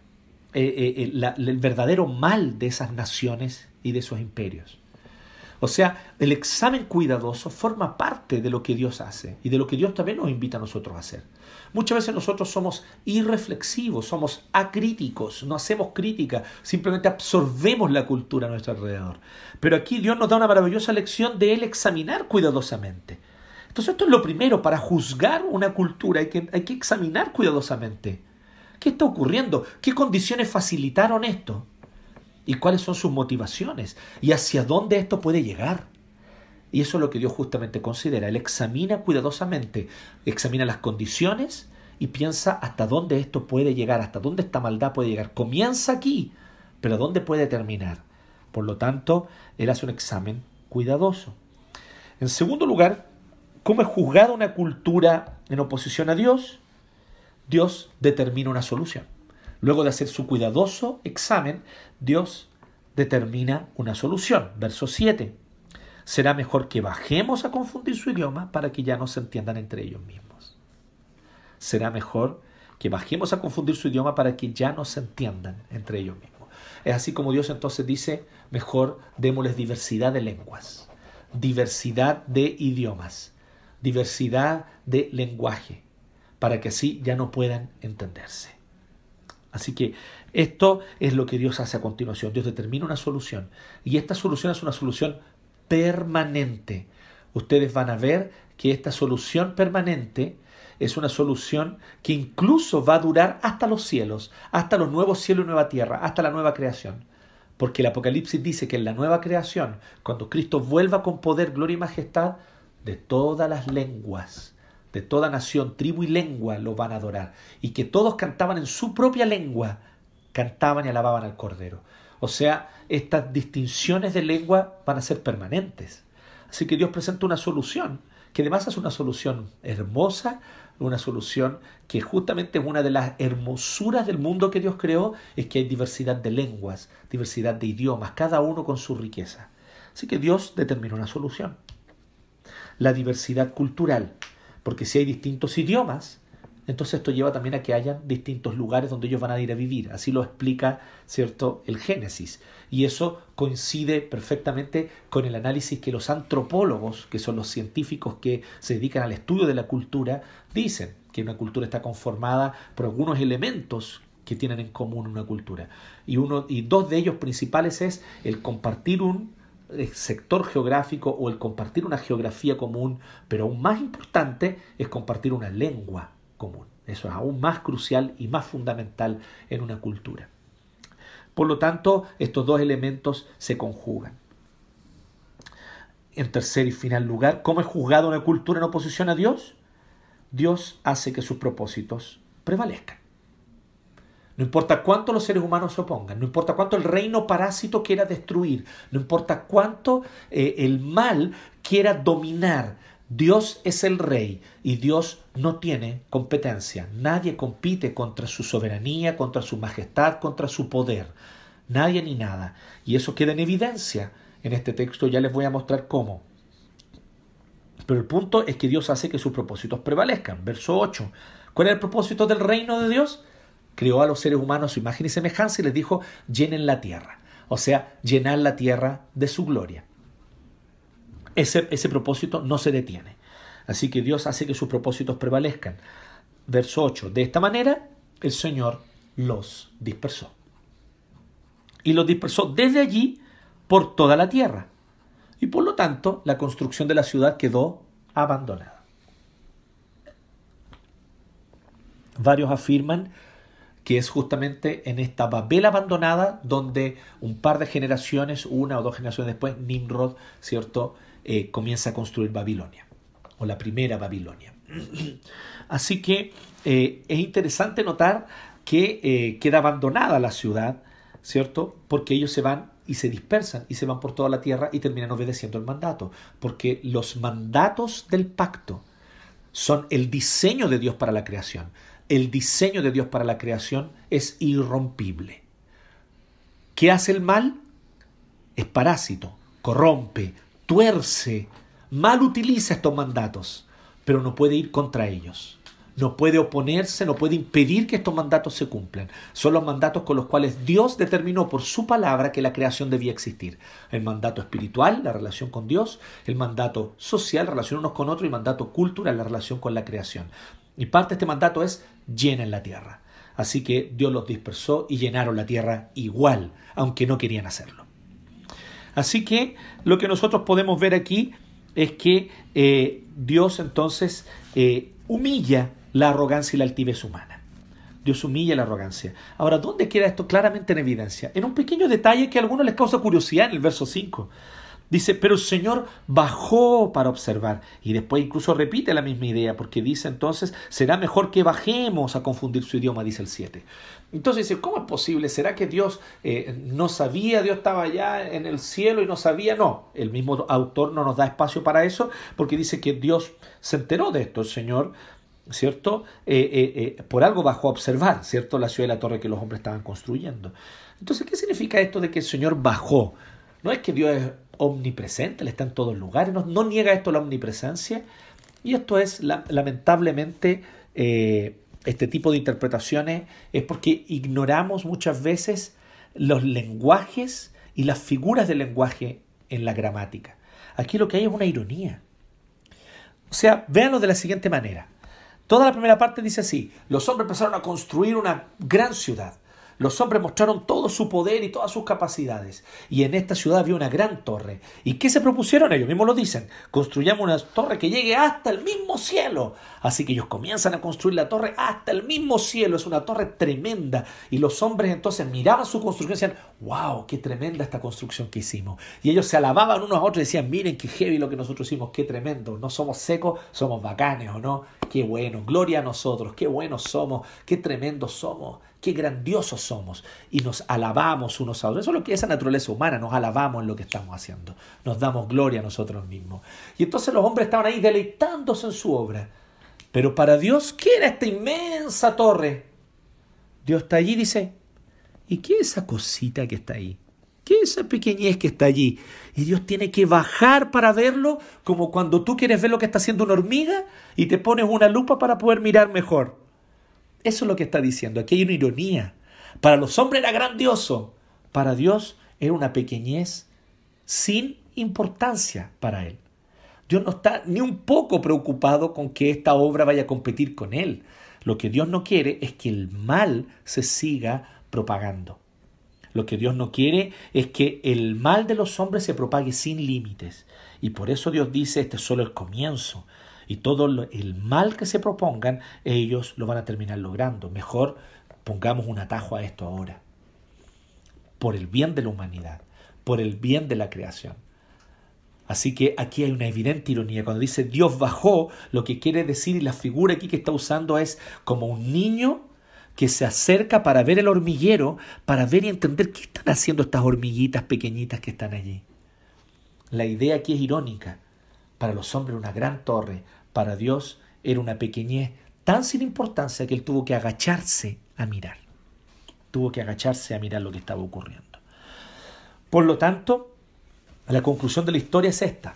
el verdadero mal de esas naciones y de esos imperios. O sea, el examen cuidadoso forma parte de lo que Dios hace y de lo que Dios también nos invita a nosotros a hacer. Muchas veces nosotros somos irreflexivos, somos acríticos, no hacemos crítica, simplemente absorbemos la cultura a nuestro alrededor. Pero aquí Dios nos da una maravillosa lección de Él examinar cuidadosamente. Entonces esto es lo primero, para juzgar una cultura hay que examinar cuidadosamente. ¿Qué está ocurriendo? ¿Qué condiciones facilitaron esto? ¿Y cuáles son sus motivaciones? ¿Y hacia dónde esto puede llegar? Y eso es lo que Dios justamente considera. Él examina cuidadosamente, examina las condiciones y piensa hasta dónde esto puede llegar, hasta dónde esta maldad puede llegar. Comienza aquí, pero ¿dónde puede terminar? Por lo tanto, Él hace un examen cuidadoso. En segundo lugar, ¿cómo es juzgada una cultura en oposición a Dios? Dios determina una solución. Luego de hacer su cuidadoso examen, Dios determina una solución. Verso 7. Será mejor que bajemos a confundir su idioma para que ya no se entiendan entre ellos mismos. Será mejor que bajemos a confundir su idioma para que ya no se entiendan entre ellos mismos. Es así como Dios entonces dice, mejor démosles diversidad de lenguas, diversidad de idiomas, diversidad de lenguaje, para que así ya no puedan entenderse. Así que esto es lo que Dios hace a continuación. Dios determina una solución. Y esta solución es una solución permanente. Ustedes van a ver que esta solución permanente es una solución que incluso va a durar hasta los cielos, hasta los nuevos cielos y nueva tierra, hasta la nueva creación. Porque el Apocalipsis dice que en la nueva creación, cuando Cristo vuelva con poder, gloria y majestad, de todas las lenguas, de toda nación, tribu y lengua lo van a adorar. Y que todos cantaban en su propia lengua, cantaban y alababan al Cordero. O sea, estas distinciones de lengua van a ser permanentes. Así que Dios presenta una solución, que además es una solución hermosa, una solución que justamente es una de las hermosuras del mundo que Dios creó, es que hay diversidad de lenguas, diversidad de idiomas, cada uno con su riqueza. Así que Dios determina una solución. La diversidad cultural. Porque si hay distintos idiomas, entonces esto lleva también a que hayan distintos lugares donde ellos van a ir a vivir. Así lo explica, ¿cierto?, el Génesis. Y eso coincide perfectamente con el análisis que los antropólogos, que son los científicos que se dedican al estudio de la cultura, dicen que una cultura está conformada por algunos elementos que tienen en común una cultura. Y dos de ellos principales es el compartir un sector geográfico o el compartir una geografía común, pero aún más importante es compartir una lengua común. Eso es aún más crucial y más fundamental en una cultura. Por lo tanto, estos dos elementos se conjugan. En tercer y final lugar, ¿cómo es juzgada una cultura en oposición a Dios? Dios hace que sus propósitos prevalezcan. No importa cuánto los seres humanos se opongan, no importa cuánto el reino parásito quiera destruir, no importa cuánto el mal quiera dominar, Dios es el rey y Dios no tiene competencia. Nadie compite contra su soberanía, contra su majestad, contra su poder. Nadie ni nada. Y eso queda en evidencia. En este texto ya les voy a mostrar cómo. Pero el punto es que Dios hace que sus propósitos prevalezcan. Verso 8. ¿Cuál es el propósito del reino de Dios? Creó a los seres humanos a su imagen y semejanza y les dijo, llenen la tierra. O sea, llenar la tierra de su gloria. Ese propósito no se detiene. Así que Dios hace que sus propósitos prevalezcan. Verso 8. De esta manera, el Señor los dispersó. Y los dispersó desde allí por toda la tierra. Y por lo tanto, la construcción de la ciudad quedó abandonada. Varios afirman que es justamente en esta Babel abandonada donde un par de generaciones, una o dos generaciones después, Nimrod, ¿cierto?, comienza a construir Babilonia, o la primera Babilonia. Así que es interesante notar que queda abandonada la ciudad, ¿cierto?, porque ellos se van y se dispersan y se van por toda la tierra y terminan obedeciendo el mandato, porque los mandatos del pacto son el diseño de Dios para la creación. El diseño de Dios para la creación es irrompible. ¿Qué hace el mal? Es parásito, corrompe, tuerce, mal utiliza estos mandatos, pero no puede ir contra ellos. No puede oponerse, no puede impedir que estos mandatos se cumplan. Son los mandatos con los cuales Dios determinó por su palabra que la creación debía existir. El mandato espiritual, la relación con Dios, el mandato social, la relación unos con otros, y el mandato cultural, la relación con la creación. Y parte de este mandato es: llenen la tierra. Así que Dios los dispersó y llenaron la tierra igual, aunque no querían hacerlo. Así que lo que nosotros podemos ver aquí es que Dios entonces humilla la arrogancia y la altivez humana. Dios humilla la arrogancia. Ahora, ¿dónde queda esto claramente en evidencia? En un pequeño detalle que a algunos les causa curiosidad en el verso 5. Dice, pero el Señor bajó para observar. Y después incluso repite la misma idea, porque dice entonces, será mejor que bajemos a confundir su idioma, dice el 7. Entonces dice, ¿cómo es posible? ¿Será que Dios no sabía? ¿Dios estaba allá en el cielo y no sabía? No, el mismo autor no nos da espacio para eso, porque dice que Dios se enteró de esto, el Señor, ¿cierto? Por algo bajó a observar, ¿cierto? La ciudad y la torre que los hombres estaban construyendo. Entonces, ¿qué significa esto de que el Señor bajó? No es que Dios es omnipresente, Él está en todos lugares, no niega esto la omnipresencia, y esto es lamentablemente este tipo de interpretaciones es porque ignoramos muchas veces los lenguajes y las figuras del lenguaje en la gramática. Aquí lo que hay es una ironía. O sea, véanlo de la siguiente manera. Toda la primera parte dice así: los hombres empezaron a construir una gran ciudad. Los hombres mostraron todo su poder y todas sus capacidades. Y en esta ciudad había una gran torre. ¿Y qué se propusieron? Ellos mismos lo dicen. Construyamos una torre que llegue hasta el mismo cielo. Así que ellos comienzan a construir la torre hasta el mismo cielo. Es una torre tremenda. Y los hombres entonces miraban su construcción y decían, wow, qué tremenda esta construcción que hicimos. Y ellos se alababan unos a otros y decían, miren qué heavy lo que nosotros hicimos, qué tremendo. No somos secos, somos bacanes, ¿o no? Qué bueno, gloria a nosotros, qué buenos somos, qué tremendos somos, qué grandiosos somos. Y nos alabamos unos a otros. Eso es lo que es la naturaleza humana, nos alabamos en lo que estamos haciendo. Nos damos gloria a nosotros mismos. Y entonces los hombres estaban ahí deleitándose en su obra. Pero para Dios, ¿qué era esta inmensa torre? Dios está allí y dice, ¿y qué es esa cosita que está ahí? ¿Qué es esa pequeñez que está allí? Y Dios tiene que bajar para verlo, como cuando tú quieres ver lo que está haciendo una hormiga y te pones una lupa para poder mirar mejor. Eso es lo que está diciendo. Aquí hay una ironía. Para los hombres era grandioso. Para Dios era una pequeñez sin importancia para Él. Dios no está ni un poco preocupado con que esta obra vaya a competir con Él. Lo que Dios no quiere es que el mal se siga propagando. Lo que Dios no quiere es que el mal de los hombres se propague sin límites. Y por eso Dios dice, este es solo el comienzo. Y todo el mal que se propongan, ellos lo van a terminar logrando. Mejor pongamos un atajo a esto ahora. Por el bien de la humanidad, por el bien de la creación. Así que aquí hay una evidente ironía. Cuando dice Dios bajó, lo que quiere decir, y la figura aquí que está usando es como un niño que se acerca para ver el hormiguero, para ver y entender qué están haciendo estas hormiguitas pequeñitas que están allí. La idea aquí es irónica. Para los hombres una gran torre, para Dios era una pequeñez tan sin importancia que Él tuvo que agacharse a mirar. Tuvo que agacharse a mirar lo que estaba ocurriendo. Por lo tanto, la conclusión de la historia es esta.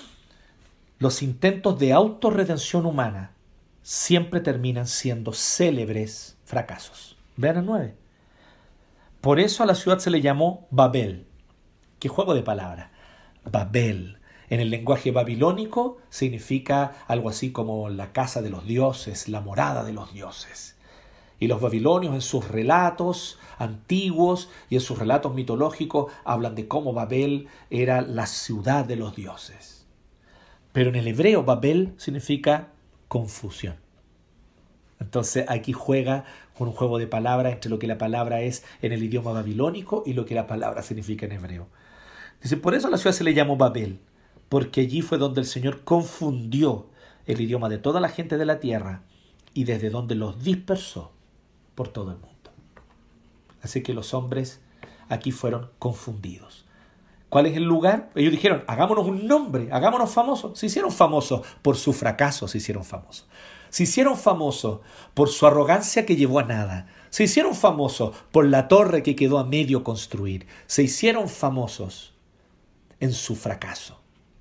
Los intentos de autorredención humana siempre terminan siendo célebres fracasos. Vean el 9. Por eso a la ciudad se le llamó Babel. ¿Qué juego de palabras? Babel. En el lenguaje babilónico significa algo así como la casa de los dioses, la morada de los dioses. Y los babilonios en sus relatos antiguos y en sus relatos mitológicos hablan de cómo Babel era la ciudad de los dioses. Pero en el hebreo Babel significa confusión. Entonces aquí juega con un juego de palabras entre lo que la palabra es en el idioma babilónico y lo que la palabra significa en hebreo. Dice, por eso a la ciudad se le llamó Babel, porque allí fue donde el Señor confundió el idioma de toda la gente de la tierra y desde donde los dispersó por todo el mundo. Así que los hombres aquí fueron confundidos. ¿Cuál es el lugar? Ellos dijeron, hagámonos un nombre, hagámonos famosos. Se hicieron famosos por su fracaso, se hicieron famosos. Se hicieron famosos por su arrogancia que llevó a nada. Se hicieron famosos por la torre que quedó a medio construir. Se hicieron famosos en su fracaso.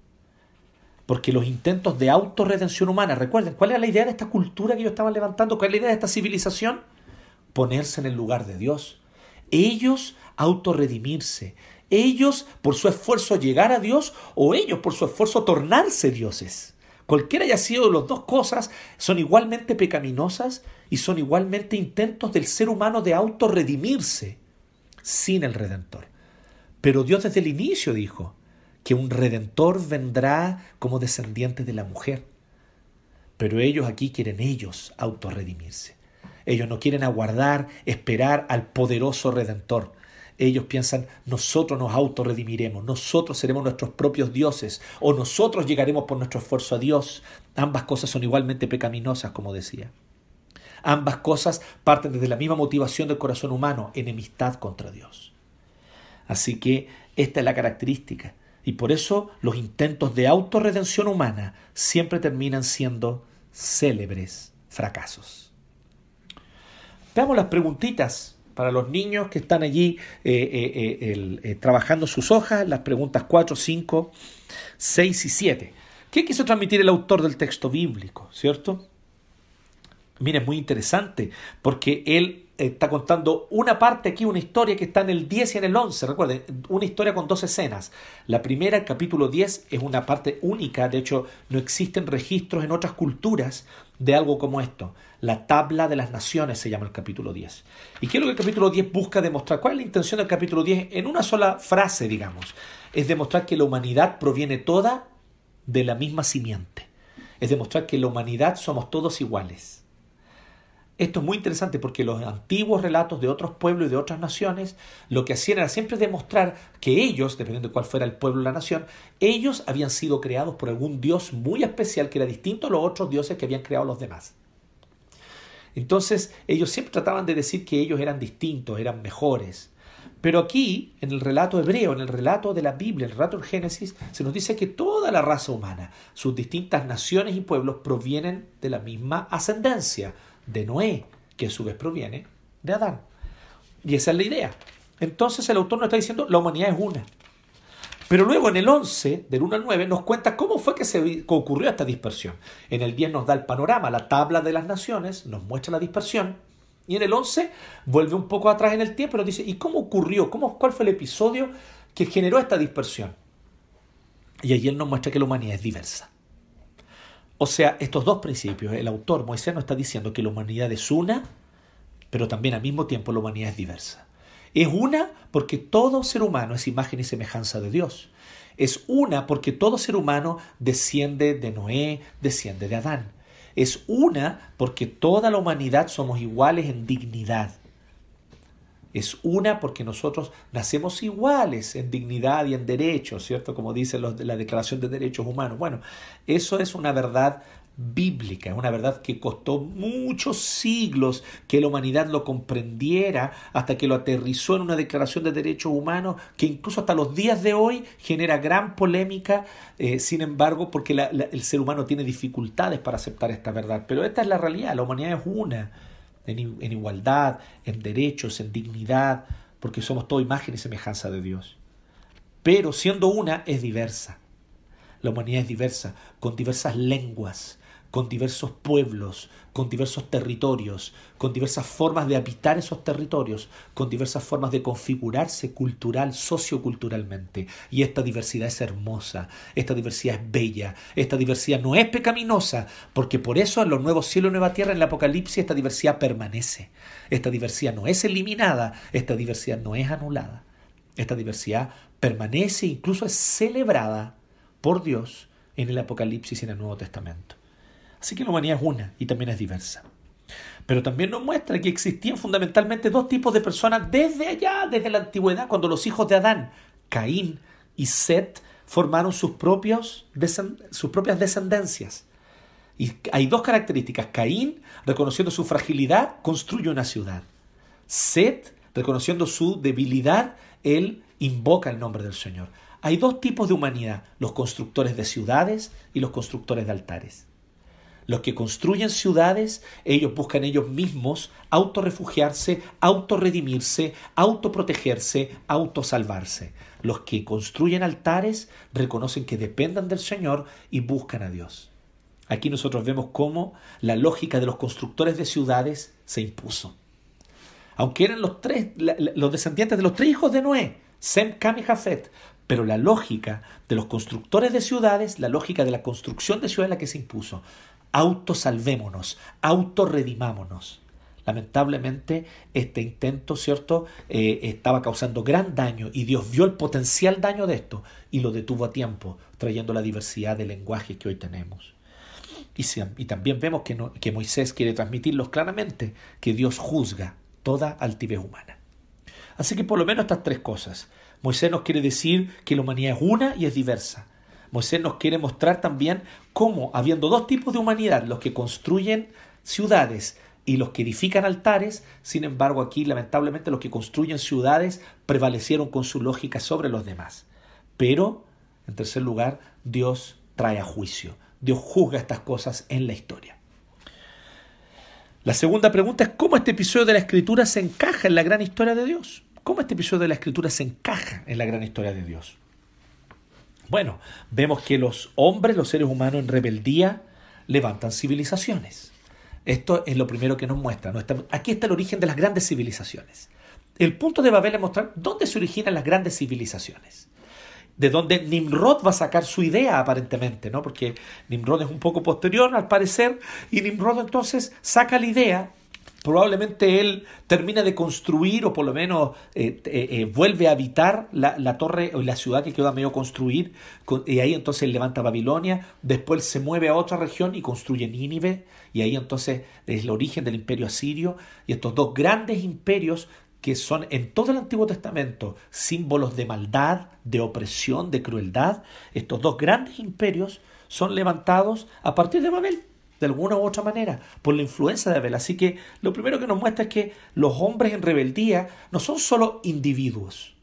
Porque los intentos de autorredención humana, recuerden, ¿cuál era la idea de esta cultura que ellos estaban levantando? ¿Cuál es la idea de esta civilización? Ponerse en el lugar de Dios. Ellos autorredimirse. Ellos por su esfuerzo llegar a Dios o ellos por su esfuerzo tornarse dioses. Cualquiera haya sido de las dos cosas, son igualmente pecaminosas y son igualmente intentos del ser humano de autorredimirse sin el Redentor. Pero Dios desde el inicio dijo que un Redentor vendrá como descendiente de la mujer. Pero ellos aquí quieren autorredimirse. Ellos no quieren aguardar, esperar al poderoso Redentor. Ellos piensan, nosotros nos autorredimiremos, nosotros seremos nuestros propios dioses, o nosotros llegaremos por nuestro esfuerzo a Dios. Ambas cosas son igualmente pecaminosas, como decía. Ambas cosas parten desde la misma motivación del corazón humano, enemistad contra Dios. Así que esta es la característica. Y por eso los intentos de autorredención humana siempre terminan siendo célebres fracasos. Veamos las preguntitas para los niños que están allí trabajando sus hojas, las preguntas 4, 5, 6 y 7. ¿Qué quiso transmitir el autor del texto bíblico? ¿Cierto? Miren, es muy interesante porque él está contando una parte aquí, una historia que está en el 10 y en el 11. Recuerden, una historia con 2 escenas. La primera, el capítulo 10, es una parte única. De hecho, no existen registros en otras culturas de algo como esto. La tabla de las naciones se llama el capítulo 10. ¿Y qué es lo que el capítulo 10 busca demostrar? ¿Cuál es la intención del capítulo 10? En una sola frase, digamos. Es demostrar que la humanidad proviene toda de la misma simiente. Es demostrar que la humanidad somos todos iguales. Esto es muy interesante porque los antiguos relatos de otros pueblos y de otras naciones lo que hacían era siempre demostrar que ellos, dependiendo de cuál fuera el pueblo o la nación, ellos habían sido creados por algún dios muy especial que era distinto a los otros dioses que habían creado los demás. Entonces ellos siempre trataban de decir que ellos eran distintos, eran mejores. Pero aquí, en el relato hebreo, en el relato de la Biblia, en el relato del Génesis, se nos dice que toda la raza humana, sus distintas naciones y pueblos provienen de la misma ascendencia, de Noé, que a su vez proviene de Adán. Y esa es la idea. Entonces el autor nos está diciendo la humanidad es una. Pero luego en el 11, del 1 al 9, nos cuenta cómo fue que ocurrió esta dispersión. En el 10 nos da el panorama, la tabla de las naciones, nos muestra la dispersión. Y en el 11 vuelve un poco atrás en el tiempo y nos dice, ¿y cómo ocurrió? ¿Cuál fue el episodio que generó esta dispersión? Y allí él nos muestra que la humanidad es diversa. O sea, estos dos principios, el autor Moisés nos está diciendo que la humanidad es una, pero también al mismo tiempo la humanidad es diversa. Es una porque todo ser humano es imagen y semejanza de Dios. Es una porque todo ser humano desciende de Noé, desciende de Adán. Es una porque toda la humanidad somos iguales en dignidad. Es una porque nosotros nacemos iguales en dignidad y en derechos, ¿cierto? Como dice la Declaración de Derechos Humanos. Bueno, eso es una verdad bíblica, es una verdad que costó muchos siglos que la humanidad lo comprendiera hasta que lo aterrizó en una Declaración de Derechos Humanos que incluso hasta los días de hoy genera gran polémica, sin embargo, porque el ser humano tiene dificultades para aceptar esta verdad. Pero esta es la realidad, la humanidad es una. En igualdad, en derechos, en dignidad, porque somos toda imagen y semejanza de Dios. Pero siendo una, es diversa. La humanidad es diversa, con diversas lenguas, con diversos pueblos, con diversos territorios, con diversas formas de habitar esos territorios, con diversas formas de configurarse cultural, socioculturalmente. Y esta diversidad es hermosa, esta diversidad es bella, esta diversidad no es pecaminosa, porque por eso en los nuevos cielos y nueva tierra, en el Apocalipsis, esta diversidad permanece. Esta diversidad no es eliminada, esta diversidad no es anulada. Esta diversidad permanece, incluso es celebrada por Dios en el Apocalipsis y en el Nuevo Testamento. Así que la humanidad es una y también es diversa. Pero también nos muestra que existían fundamentalmente dos tipos de personas desde allá, desde la antigüedad, cuando los hijos de Adán, Caín y Set, formaron sus propias descendencias. Y hay dos características. Caín, reconociendo su fragilidad, construye una ciudad. Set, reconociendo su debilidad, él invoca el nombre del Señor. Hay dos tipos de humanidad, los constructores de ciudades y los constructores de altares. Los que construyen ciudades, ellos buscan ellos mismos autorrefugiarse, autorredimirse, autoprotegerse, autosalvarse. Los que construyen altares reconocen que dependen del Señor y buscan a Dios. Aquí nosotros vemos cómo la lógica de los constructores de ciudades se impuso. Aunque eran los descendientes de los 3 hijos de Noé, Sem, Cam y Jafet, pero la lógica de los constructores de ciudades, la lógica de la construcción de ciudades es la que se impuso. Autosalvémonos, autorredimámonos. Lamentablemente este intento, ¿cierto?, estaba causando gran daño y Dios vio el potencial daño de esto y lo detuvo a tiempo, trayendo la diversidad de lenguajes que hoy tenemos. Y también vemos que Moisés quiere transmitirlos claramente, que Dios juzga toda altivez humana. Así que por lo menos estas 3 cosas. Moisés nos quiere decir que la humanidad es una y es diversa. Moisés nos quiere mostrar también cómo, habiendo 2 tipos de humanidad, los que construyen ciudades y los que edifican altares, sin embargo aquí lamentablemente los que construyen ciudades prevalecieron con su lógica sobre los demás. Pero, en tercer lugar, Dios trae a juicio. Dios juzga estas cosas en la historia. La segunda pregunta es cómo este episodio de la Escritura se encaja en la gran historia de Dios. ¿Cómo este episodio de la Escritura se encaja en la gran historia de Dios? Bueno, vemos que los hombres, los seres humanos en rebeldía, levantan civilizaciones. Esto es lo primero que nos muestra. Aquí está el origen de las grandes civilizaciones. El punto de Babel es mostrar dónde se originan las grandes civilizaciones. De donde Nimrod va a sacar su idea aparentemente, ¿no? Porque Nimrod es un poco posterior al parecer, y Nimrod entonces saca la idea. Probablemente él termina de construir o por lo menos vuelve a habitar la torre o la ciudad que quedó a medio construir, y ahí entonces él levanta Babilonia, después se mueve a otra región y construye Nínive, y ahí entonces es el origen del imperio asirio, y estos 2 grandes imperios que son en todo el Antiguo Testamento símbolos de maldad, de opresión, de crueldad, estos 2 grandes imperios son levantados a partir de Babel, de alguna u otra manera, por la influencia de Babel. Así que lo primero que nos muestra es que los hombres en rebeldía no son solo individuos,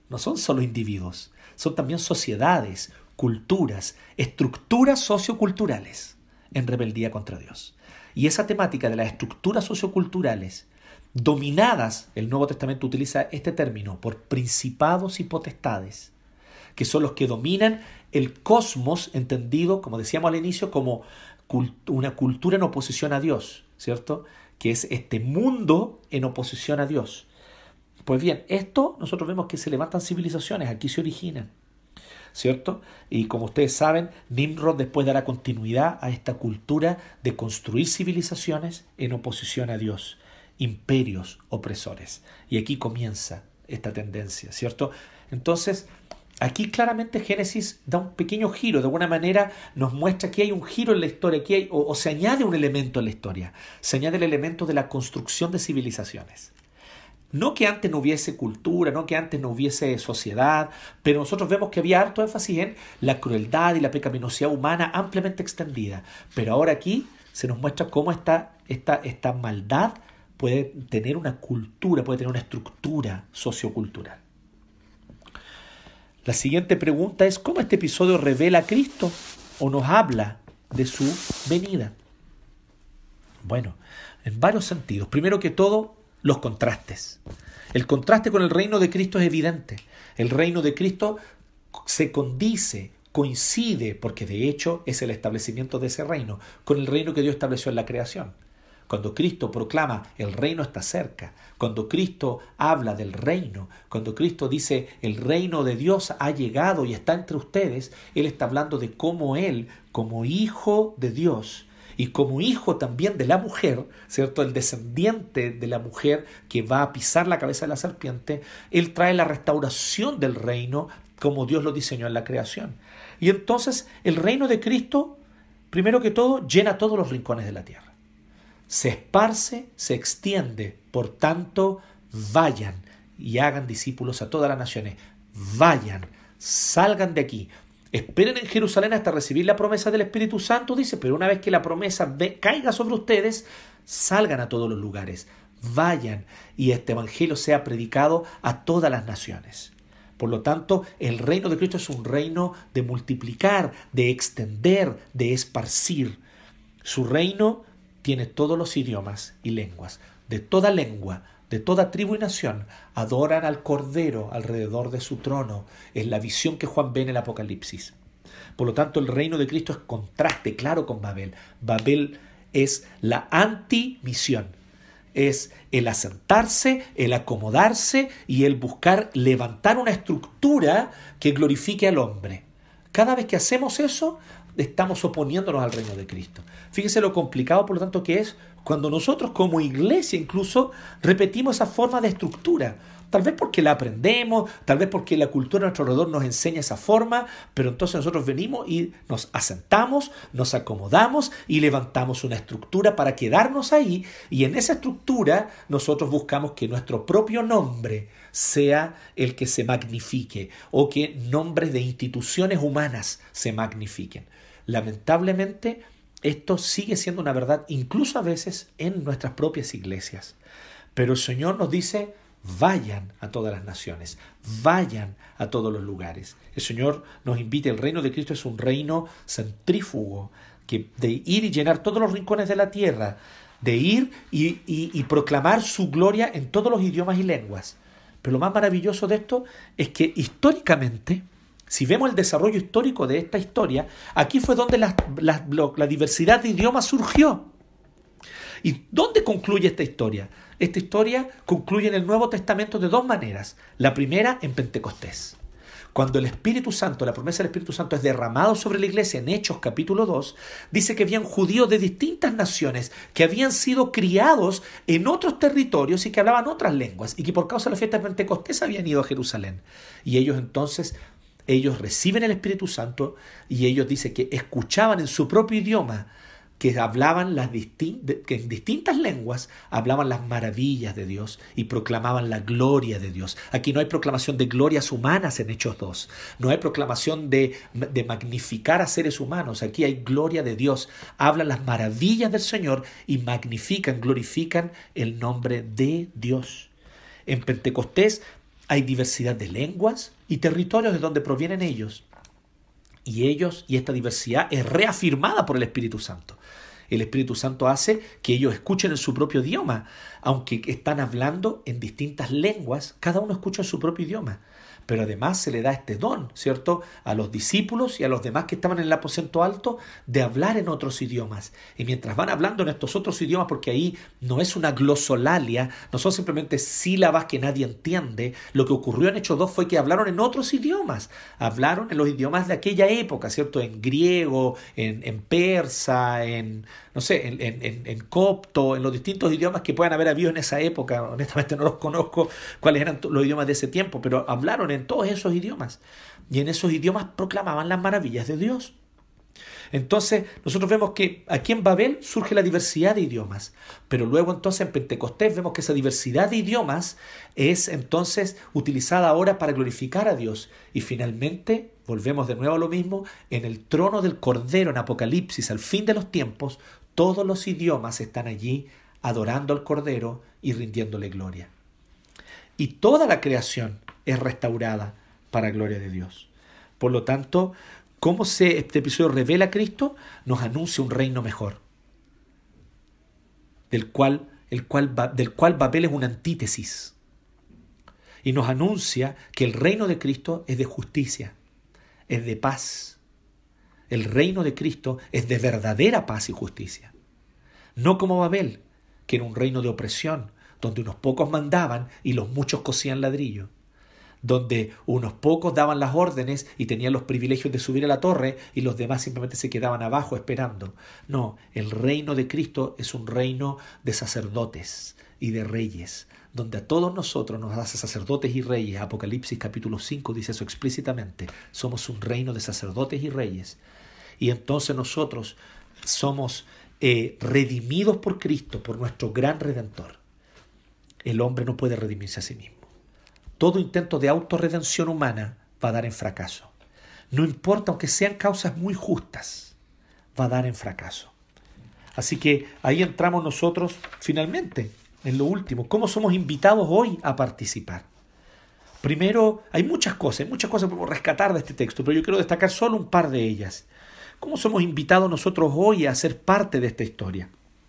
son también sociedades, culturas, estructuras socioculturales en rebeldía contra Dios. Y esa temática de las estructuras socioculturales dominadas, el Nuevo Testamento utiliza este término, por principados y potestades, que son los que dominan el cosmos, entendido, como decíamos al inicio, como una cultura en oposición a Dios, ¿cierto? Que es este mundo en oposición a Dios. Pues bien, esto nosotros vemos que se levantan civilizaciones, aquí se originan, ¿cierto? Y como ustedes saben, Nimrod después dará continuidad a esta cultura de construir civilizaciones en oposición a Dios, imperios opresores. Y aquí comienza esta tendencia, ¿cierto? Entonces, aquí claramente Génesis da un pequeño giro, de alguna manera nos muestra que hay un giro en la historia, que hay, o se añade un elemento en la historia, se añade el elemento de la construcción de civilizaciones. No que antes no hubiese cultura, no que antes no hubiese sociedad, pero nosotros vemos que había harto énfasis en la crueldad y la pecaminosidad humana ampliamente extendida. Pero ahora aquí se nos muestra cómo esta maldad puede tener una cultura, puede tener una estructura sociocultural. La siguiente pregunta es ¿cómo este episodio revela a Cristo o nos habla de su venida? Bueno, en varios sentidos. Primero que todo, los contrastes. El contraste con el reino de Cristo es evidente. El reino de Cristo se coincide, porque de hecho es el establecimiento de ese reino, con el reino que Dios estableció en la creación. Cuando Cristo proclama el reino está cerca, cuando Cristo habla del reino, cuando Cristo dice el reino de Dios ha llegado y está entre ustedes, Él está hablando de cómo Él, como hijo de Dios y como hijo también de la mujer, ¿cierto? El descendiente de la mujer que va a pisar la cabeza de la serpiente, Él trae la restauración del reino como Dios lo diseñó en la creación. Y entonces el reino de Cristo, primero que todo, llena todos los rincones de la tierra. Se esparce, se extiende, por tanto, vayan y hagan discípulos a todas las naciones. Vayan, salgan de aquí. Esperen en Jerusalén hasta recibir la promesa del Espíritu Santo, dice, pero una vez que la promesa caiga sobre ustedes, salgan a todos los lugares. Vayan y este evangelio sea predicado a todas las naciones. Por lo tanto, el reino de Cristo es un reino de multiplicar, de extender, de esparcir. Su reino tiene todos los idiomas y lenguas. De toda lengua, de toda tribu y nación, adoran al Cordero alrededor de su trono. Es la visión que Juan ve en el Apocalipsis. Por lo tanto, el reino de Cristo es contraste claro con Babel. Babel es la antimisión. Es el asentarse, el acomodarse y el buscar levantar una estructura que glorifique al hombre. Cada vez que hacemos eso, estamos oponiéndonos al reino de Cristo. Fíjese lo complicado, por lo tanto, que es cuando nosotros como iglesia incluso repetimos esa forma de estructura. Tal vez porque la aprendemos, tal vez porque la cultura a nuestro alrededor nos enseña esa forma, pero entonces nosotros venimos y nos asentamos, nos acomodamos y levantamos una estructura para quedarnos ahí, y en esa estructura nosotros buscamos que nuestro propio nombre sea el que se magnifique o que nombres de instituciones humanas se magnifiquen. Lamentablemente, esto sigue siendo una verdad incluso a veces en nuestras propias iglesias. Pero el Señor nos dice: vayan a todas las naciones, vayan a todos los lugares. El Señor nos invita, el reino de Cristo es un reino centrífugo, que de ir y llenar todos los rincones de la tierra, de ir y proclamar su gloria en todos los idiomas y lenguas. Pero lo más maravilloso de esto es que históricamente, si vemos el desarrollo histórico de esta historia, aquí fue donde la diversidad de idiomas surgió. ¿Y dónde concluye esta historia? Esta historia concluye en el Nuevo Testamento de dos maneras. La primera, en Pentecostés. Cuando el Espíritu Santo, la promesa del Espíritu Santo es derramado sobre la iglesia en Hechos capítulo 2, dice que habían judíos de distintas naciones que habían sido criados en otros territorios y que hablaban otras lenguas y que por causa de la fiesta de Pentecostés habían ido a Jerusalén. Y ellos reciben el Espíritu Santo y ellos dicen que escuchaban en su propio idioma, que hablaban que en distintas lenguas hablaban las maravillas de Dios y proclamaban la gloria de Dios. Aquí no hay proclamación de glorias humanas en Hechos 2. No hay proclamación de magnificar a seres humanos. Aquí hay gloria de Dios. Hablan las maravillas del Señor y glorifican el nombre de Dios. En Pentecostés hay diversidad de lenguas y territorios de donde provienen ellos. Y esta diversidad es reafirmada por el Espíritu Santo. El Espíritu Santo hace que ellos escuchen en su propio idioma. Aunque están hablando en distintas lenguas, cada uno escucha en su propio idioma. Pero además se le da este don, ¿cierto?, a los discípulos y a los demás que estaban en el aposento alto de hablar en otros idiomas. Y mientras van hablando en estos otros idiomas, porque ahí no es una glosolalia, no son simplemente sílabas que nadie entiende, lo que ocurrió en Hechos 2 fue que hablaron en otros idiomas. Hablaron en los idiomas de aquella época, ¿cierto?, en griego, en persa, en copto, en los distintos idiomas que puedan haber habido en esa época. Honestamente no los conozco cuáles eran los idiomas de ese tiempo, pero hablaron en todos esos idiomas. Y en esos idiomas proclamaban las maravillas de Dios. Entonces nosotros vemos que aquí en Babel surge la diversidad de idiomas, pero luego entonces en Pentecostés vemos que esa diversidad de idiomas es entonces utilizada ahora para glorificar a Dios. Y finalmente volvemos de nuevo a lo mismo: en el trono del Cordero en Apocalipsis, al fin de los tiempos, todos los idiomas están allí adorando al Cordero y rindiéndole gloria. Y toda la creación es restaurada para gloria de Dios. Por lo tanto, ¿cómo este episodio revela a Cristo? Nos anuncia un reino mejor, del cual Babel es una antítesis. Y nos anuncia que el reino de Cristo es de justicia, es de paz. El reino de Cristo es de verdadera paz y justicia. No como Babel, que era un reino de opresión, donde unos pocos mandaban y los muchos cosían ladrillo, donde unos pocos daban las órdenes y tenían los privilegios de subir a la torre y los demás simplemente se quedaban abajo esperando. No, el reino de Cristo es un reino de sacerdotes y de reyes, donde a todos nosotros nos hace sacerdotes y reyes. Apocalipsis capítulo 5 dice eso explícitamente. Somos un reino de sacerdotes y reyes. Y entonces nosotros somos redimidos por Cristo, por nuestro gran Redentor. El hombre no puede redimirse a sí mismo. Todo intento de autorredención humana va a dar en fracaso. No importa, aunque sean causas muy justas, va a dar en fracaso. Así que ahí entramos nosotros finalmente en lo último. ¿Cómo somos invitados hoy a participar? Primero, hay muchas cosas que podemos rescatar de este texto, pero yo quiero destacar solo un par de ellas. ¿Cómo somos invitados nosotros hoy a ser parte de esta historia?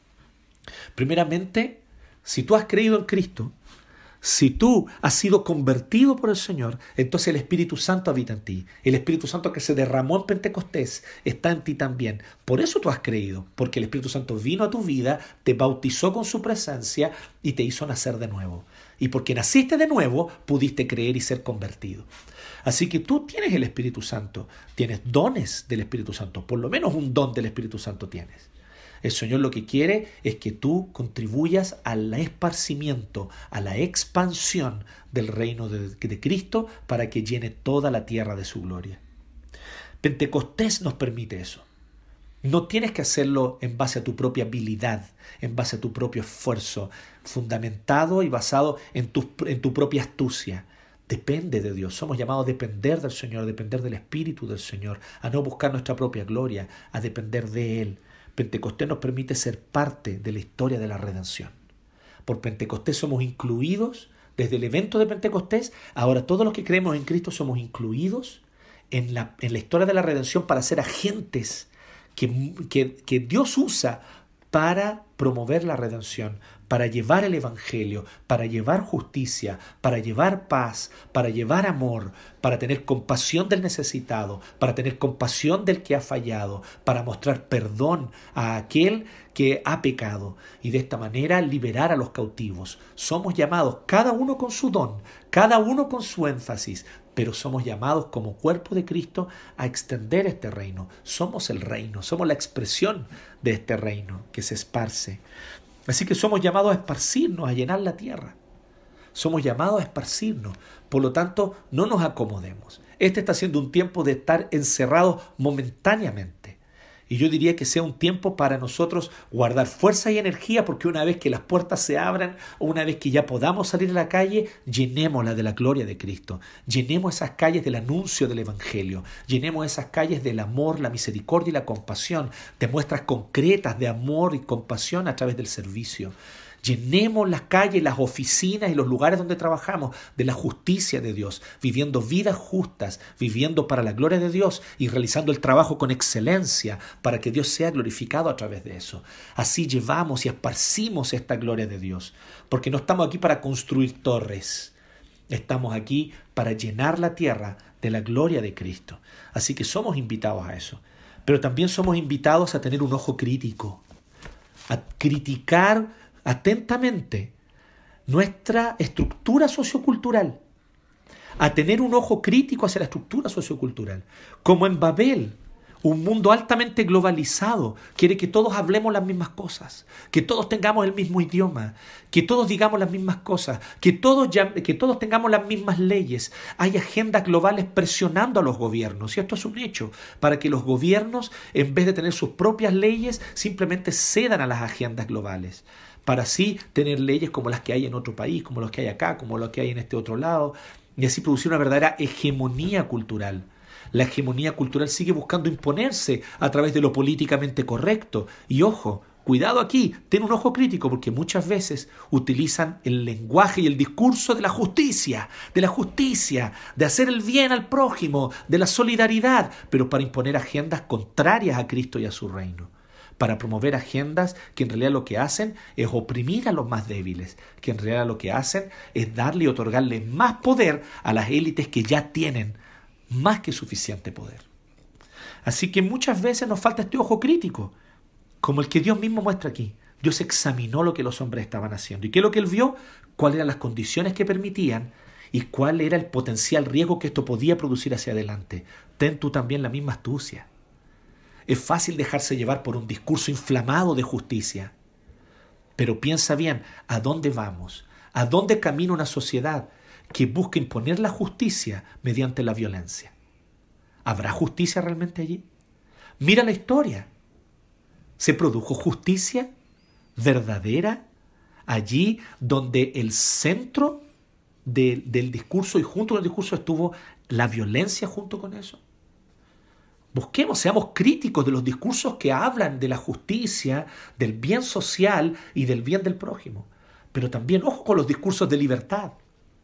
Primeramente, si tú has creído en Cristo, si tú has sido convertido por el Señor, entonces el Espíritu Santo habita en ti. El Espíritu Santo que se derramó en Pentecostés está en ti también. Por eso tú has creído, porque el Espíritu Santo vino a tu vida, te bautizó con su presencia y te hizo nacer de nuevo. Y porque naciste de nuevo, pudiste creer y ser convertido. Así que tú tienes el Espíritu Santo, tienes dones del Espíritu Santo, por lo menos un don del Espíritu Santo tienes. El Señor lo que quiere es que tú contribuyas al esparcimiento, a la expansión del reino de Cristo para que llene toda la tierra de su gloria. Pentecostés nos permite eso. No tienes que hacerlo en base a tu propia habilidad, en base a tu propio esfuerzo, fundamentado y basado en tu propia astucia. Depende de Dios. Somos llamados a depender del Señor, a depender del Espíritu del Señor, a no buscar nuestra propia gloria, a depender de Él. Pentecostés nos permite ser parte de la historia de la redención. Por Pentecostés somos incluidos, desde el evento de Pentecostés, ahora todos los que creemos en Cristo somos incluidos en la historia de la redención para ser agentes que Dios usa para promover la redención, para llevar el evangelio, para llevar justicia, para llevar paz, para llevar amor, para tener compasión del necesitado, para tener compasión del que ha fallado, para mostrar perdón a aquel que ha pecado y de esta manera liberar a los cautivos. Somos llamados, cada uno con su don, cada uno con su énfasis, pero somos llamados como cuerpo de Cristo a extender este reino. Somos el reino, somos la expresión de este reino que se esparce. Así que somos llamados a esparcirnos, a llenar la tierra. Somos llamados a esparcirnos. Por lo tanto, no nos acomodemos. Este está siendo un tiempo de estar encerrados momentáneamente. Y yo diría que sea un tiempo para nosotros guardar fuerza y energía, porque una vez que las puertas se abran, o una vez que ya podamos salir a la calle, llenémosla de la gloria de Cristo. Llenemos esas calles del anuncio del Evangelio. Llenemos esas calles del amor, la misericordia y la compasión, de muestras concretas de amor y compasión a través del servicio. Llenemos las calles, las oficinas y los lugares donde trabajamos de la justicia de Dios, viviendo vidas justas, viviendo para la gloria de Dios y realizando el trabajo con excelencia para que Dios sea glorificado a través de eso. Así llevamos y esparcimos esta gloria de Dios, porque no estamos aquí para construir torres, estamos aquí para llenar la tierra de la gloria de Cristo. Así que somos invitados a eso, pero también somos invitados a tener un ojo crítico, a criticar atentamente nuestra estructura sociocultural, a tener un ojo crítico hacia la estructura sociocultural. Como en Babel, un mundo altamente globalizado quiere que todos hablemos las mismas cosas, que todos tengamos el mismo idioma, que todos digamos las mismas cosas, que todos tengamos las mismas leyes. Hay agendas globales presionando a los gobiernos, y esto es un hecho, para que los gobiernos, en vez de tener sus propias leyes, simplemente cedan a las agendas globales, para así tener leyes como las que hay en otro país, como las que hay acá, como las que hay en este otro lado, y así producir una verdadera hegemonía cultural. La hegemonía cultural sigue buscando imponerse a través de lo políticamente correcto. Y ojo, cuidado aquí, ten un ojo crítico, porque muchas veces utilizan el lenguaje y el discurso de la justicia, de hacer el bien al prójimo, de la solidaridad, pero para imponer agendas contrarias a Cristo y a su reino. Para promover agendas que en realidad lo que hacen es oprimir a los más débiles, que en realidad lo que hacen es darle y otorgarle más poder a las élites que ya tienen más que suficiente poder. Así que muchas veces nos falta este ojo crítico, como el que Dios mismo muestra aquí. Dios examinó lo que los hombres estaban haciendo. ¿Y qué es lo que Él vio? ¿Cuáles eran las condiciones que permitían? ¿Y cuál era el potencial riesgo que esto podía producir hacia adelante? Ten tú también la misma astucia. Es fácil dejarse llevar por un discurso inflamado de justicia. Pero piensa bien, ¿a dónde vamos? ¿A dónde camina una sociedad que busca imponer la justicia mediante la violencia? ¿Habrá justicia realmente allí? Mira la historia. ¿Se produjo justicia verdadera allí donde el centro del discurso y junto con el discurso estuvo la violencia junto con eso? Busquemos, seamos críticos de los discursos que hablan de la justicia, del bien social y del bien del prójimo. Pero también, ojo con los discursos de libertad.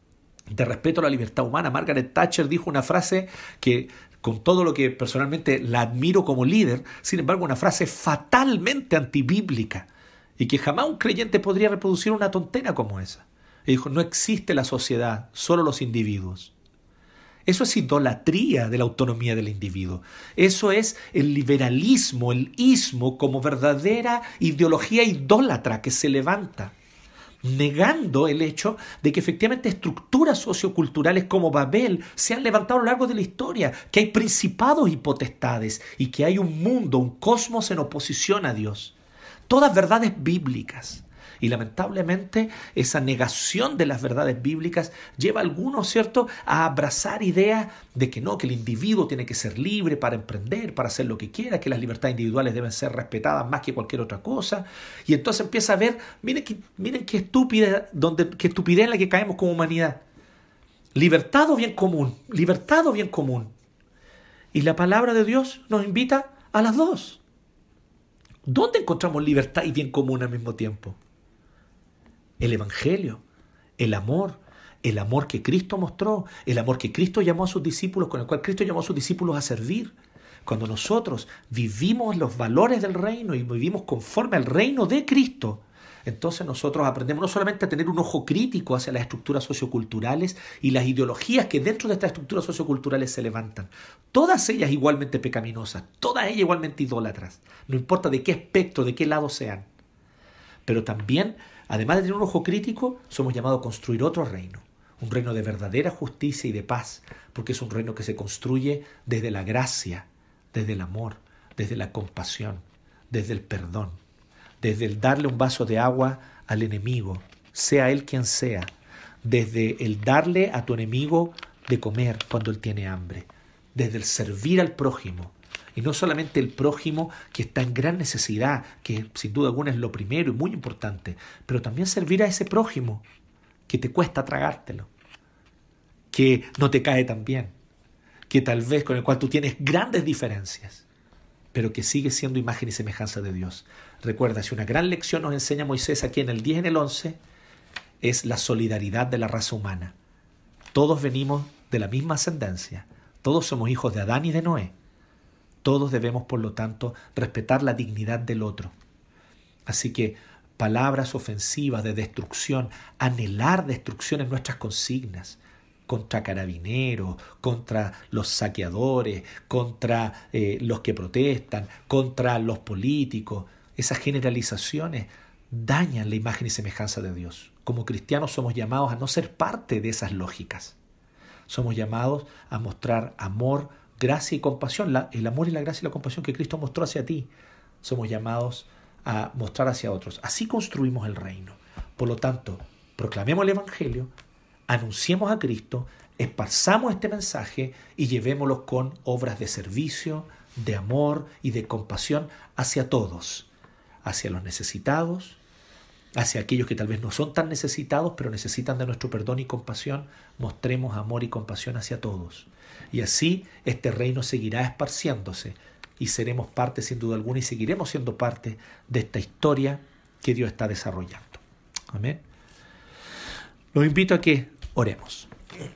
de respeto a la libertad humana. Margaret Thatcher dijo una frase que, con todo lo que personalmente la admiro como líder, sin embargo una frase fatalmente antibíblica y que jamás un creyente podría reproducir una tontera como esa. Y dijo: no existe la sociedad, solo los individuos. Eso es idolatría de la autonomía del individuo. Eso es el liberalismo, el ismo, como verdadera ideología idólatra que se levanta, negando el hecho de que efectivamente estructuras socioculturales como Babel se han levantado a lo largo de la historia, que hay principados y potestades y que hay un mundo, un cosmos en oposición a Dios. Todas verdades bíblicas. Y lamentablemente esa negación de las verdades bíblicas lleva a algunos, ¿cierto?, a abrazar ideas de que no, que el individuo tiene que ser libre para emprender, para hacer lo que quiera, que las libertades individuales deben ser respetadas más que cualquier otra cosa. Y entonces empieza a ver, miren qué estúpida en la que caemos como humanidad. Libertad o bien común, libertad o bien común. Y la palabra de Dios nos invita a las dos. ¿Dónde encontramos libertad y bien común al mismo tiempo? El Evangelio, el amor que Cristo mostró, el amor que Cristo llamó a sus discípulos, con el cual Cristo llamó a sus discípulos a servir. Cuando nosotros vivimos los valores del reino y vivimos conforme al reino de Cristo, entonces nosotros aprendemos no solamente a tener un ojo crítico hacia las estructuras socioculturales y las ideologías que dentro de estas estructuras socioculturales se levantan, todas ellas igualmente pecaminosas, todas ellas igualmente idólatras, no importa de qué espectro, de qué lado sean, pero también, además de tener un ojo crítico, somos llamados a construir otro reino. Un reino de verdadera justicia y de paz, porque es un reino que se construye desde la gracia, desde el amor, desde la compasión, desde el perdón, desde el darle un vaso de agua al enemigo, sea él quien sea, desde el darle a tu enemigo de comer cuando él tiene hambre, desde el servir al prójimo. Y no solamente el prójimo que está en gran necesidad, que sin duda alguna es lo primero y muy importante, pero también servir a ese prójimo que te cuesta tragártelo, que no te cae tan bien, que tal vez con el cual tú tienes grandes diferencias, pero que sigue siendo imagen y semejanza de Dios. Recuerda, si una gran lección nos enseña Moisés aquí en el 10 y en el 11, es la solidaridad de la raza humana. Todos venimos de la misma ascendencia, todos somos hijos de Adán y de Noé. Todos debemos, por lo tanto, respetar la dignidad del otro. Así que palabras ofensivas de destrucción, anhelar destrucción en nuestras consignas, contra carabineros, contra los saqueadores, contra los que protestan, contra los políticos, esas generalizaciones dañan la imagen y semejanza de Dios. Como cristianos somos llamados a no ser parte de esas lógicas. Somos llamados a mostrar amor, gracia y compasión, el amor y la gracia y la compasión que Cristo mostró hacia ti, somos llamados a mostrar hacia otros. Así construimos el reino. Por lo tanto, proclamemos el Evangelio, anunciemos a Cristo, esparzamos este mensaje y llevémoslo con obras de servicio, de amor y de compasión hacia todos, hacia los necesitados, hacia aquellos que tal vez no son tan necesitados, pero necesitan de nuestro perdón y compasión. Mostremos amor y compasión hacia todos. Y así este reino seguirá esparciéndose y seremos parte, sin duda alguna, y seguiremos siendo parte de esta historia que Dios está desarrollando. Amén. Los invito a que oremos.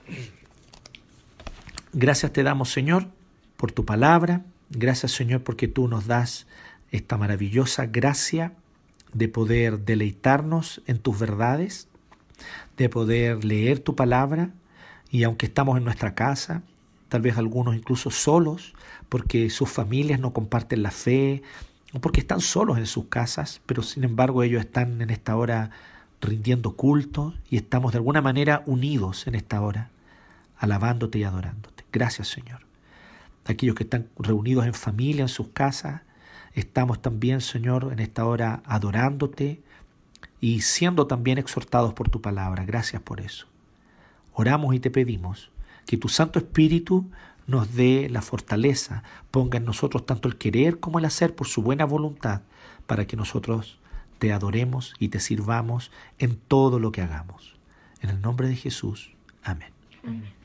Gracias te damos, Señor, por tu palabra. Gracias, Señor, porque tú nos das esta maravillosa gracia de poder deleitarnos en tus verdades, de poder leer tu palabra, y aunque estamos en nuestra casa, tal vez algunos incluso solos, porque sus familias no comparten la fe, o porque están solos en sus casas, pero sin embargo ellos están en esta hora rindiendo culto, y estamos de alguna manera unidos en esta hora, alabándote y adorándote. Gracias, Señor. Aquellos que están reunidos en familia, en sus casas, estamos también, Señor, en esta hora adorándote y siendo también exhortados por tu palabra. Gracias por eso. Oramos y te pedimos que tu Santo Espíritu nos dé la fortaleza, ponga en nosotros tanto el querer como el hacer por su buena voluntad, para que nosotros te adoremos y te sirvamos en todo lo que hagamos. En el nombre de Jesús. Amén. Amén.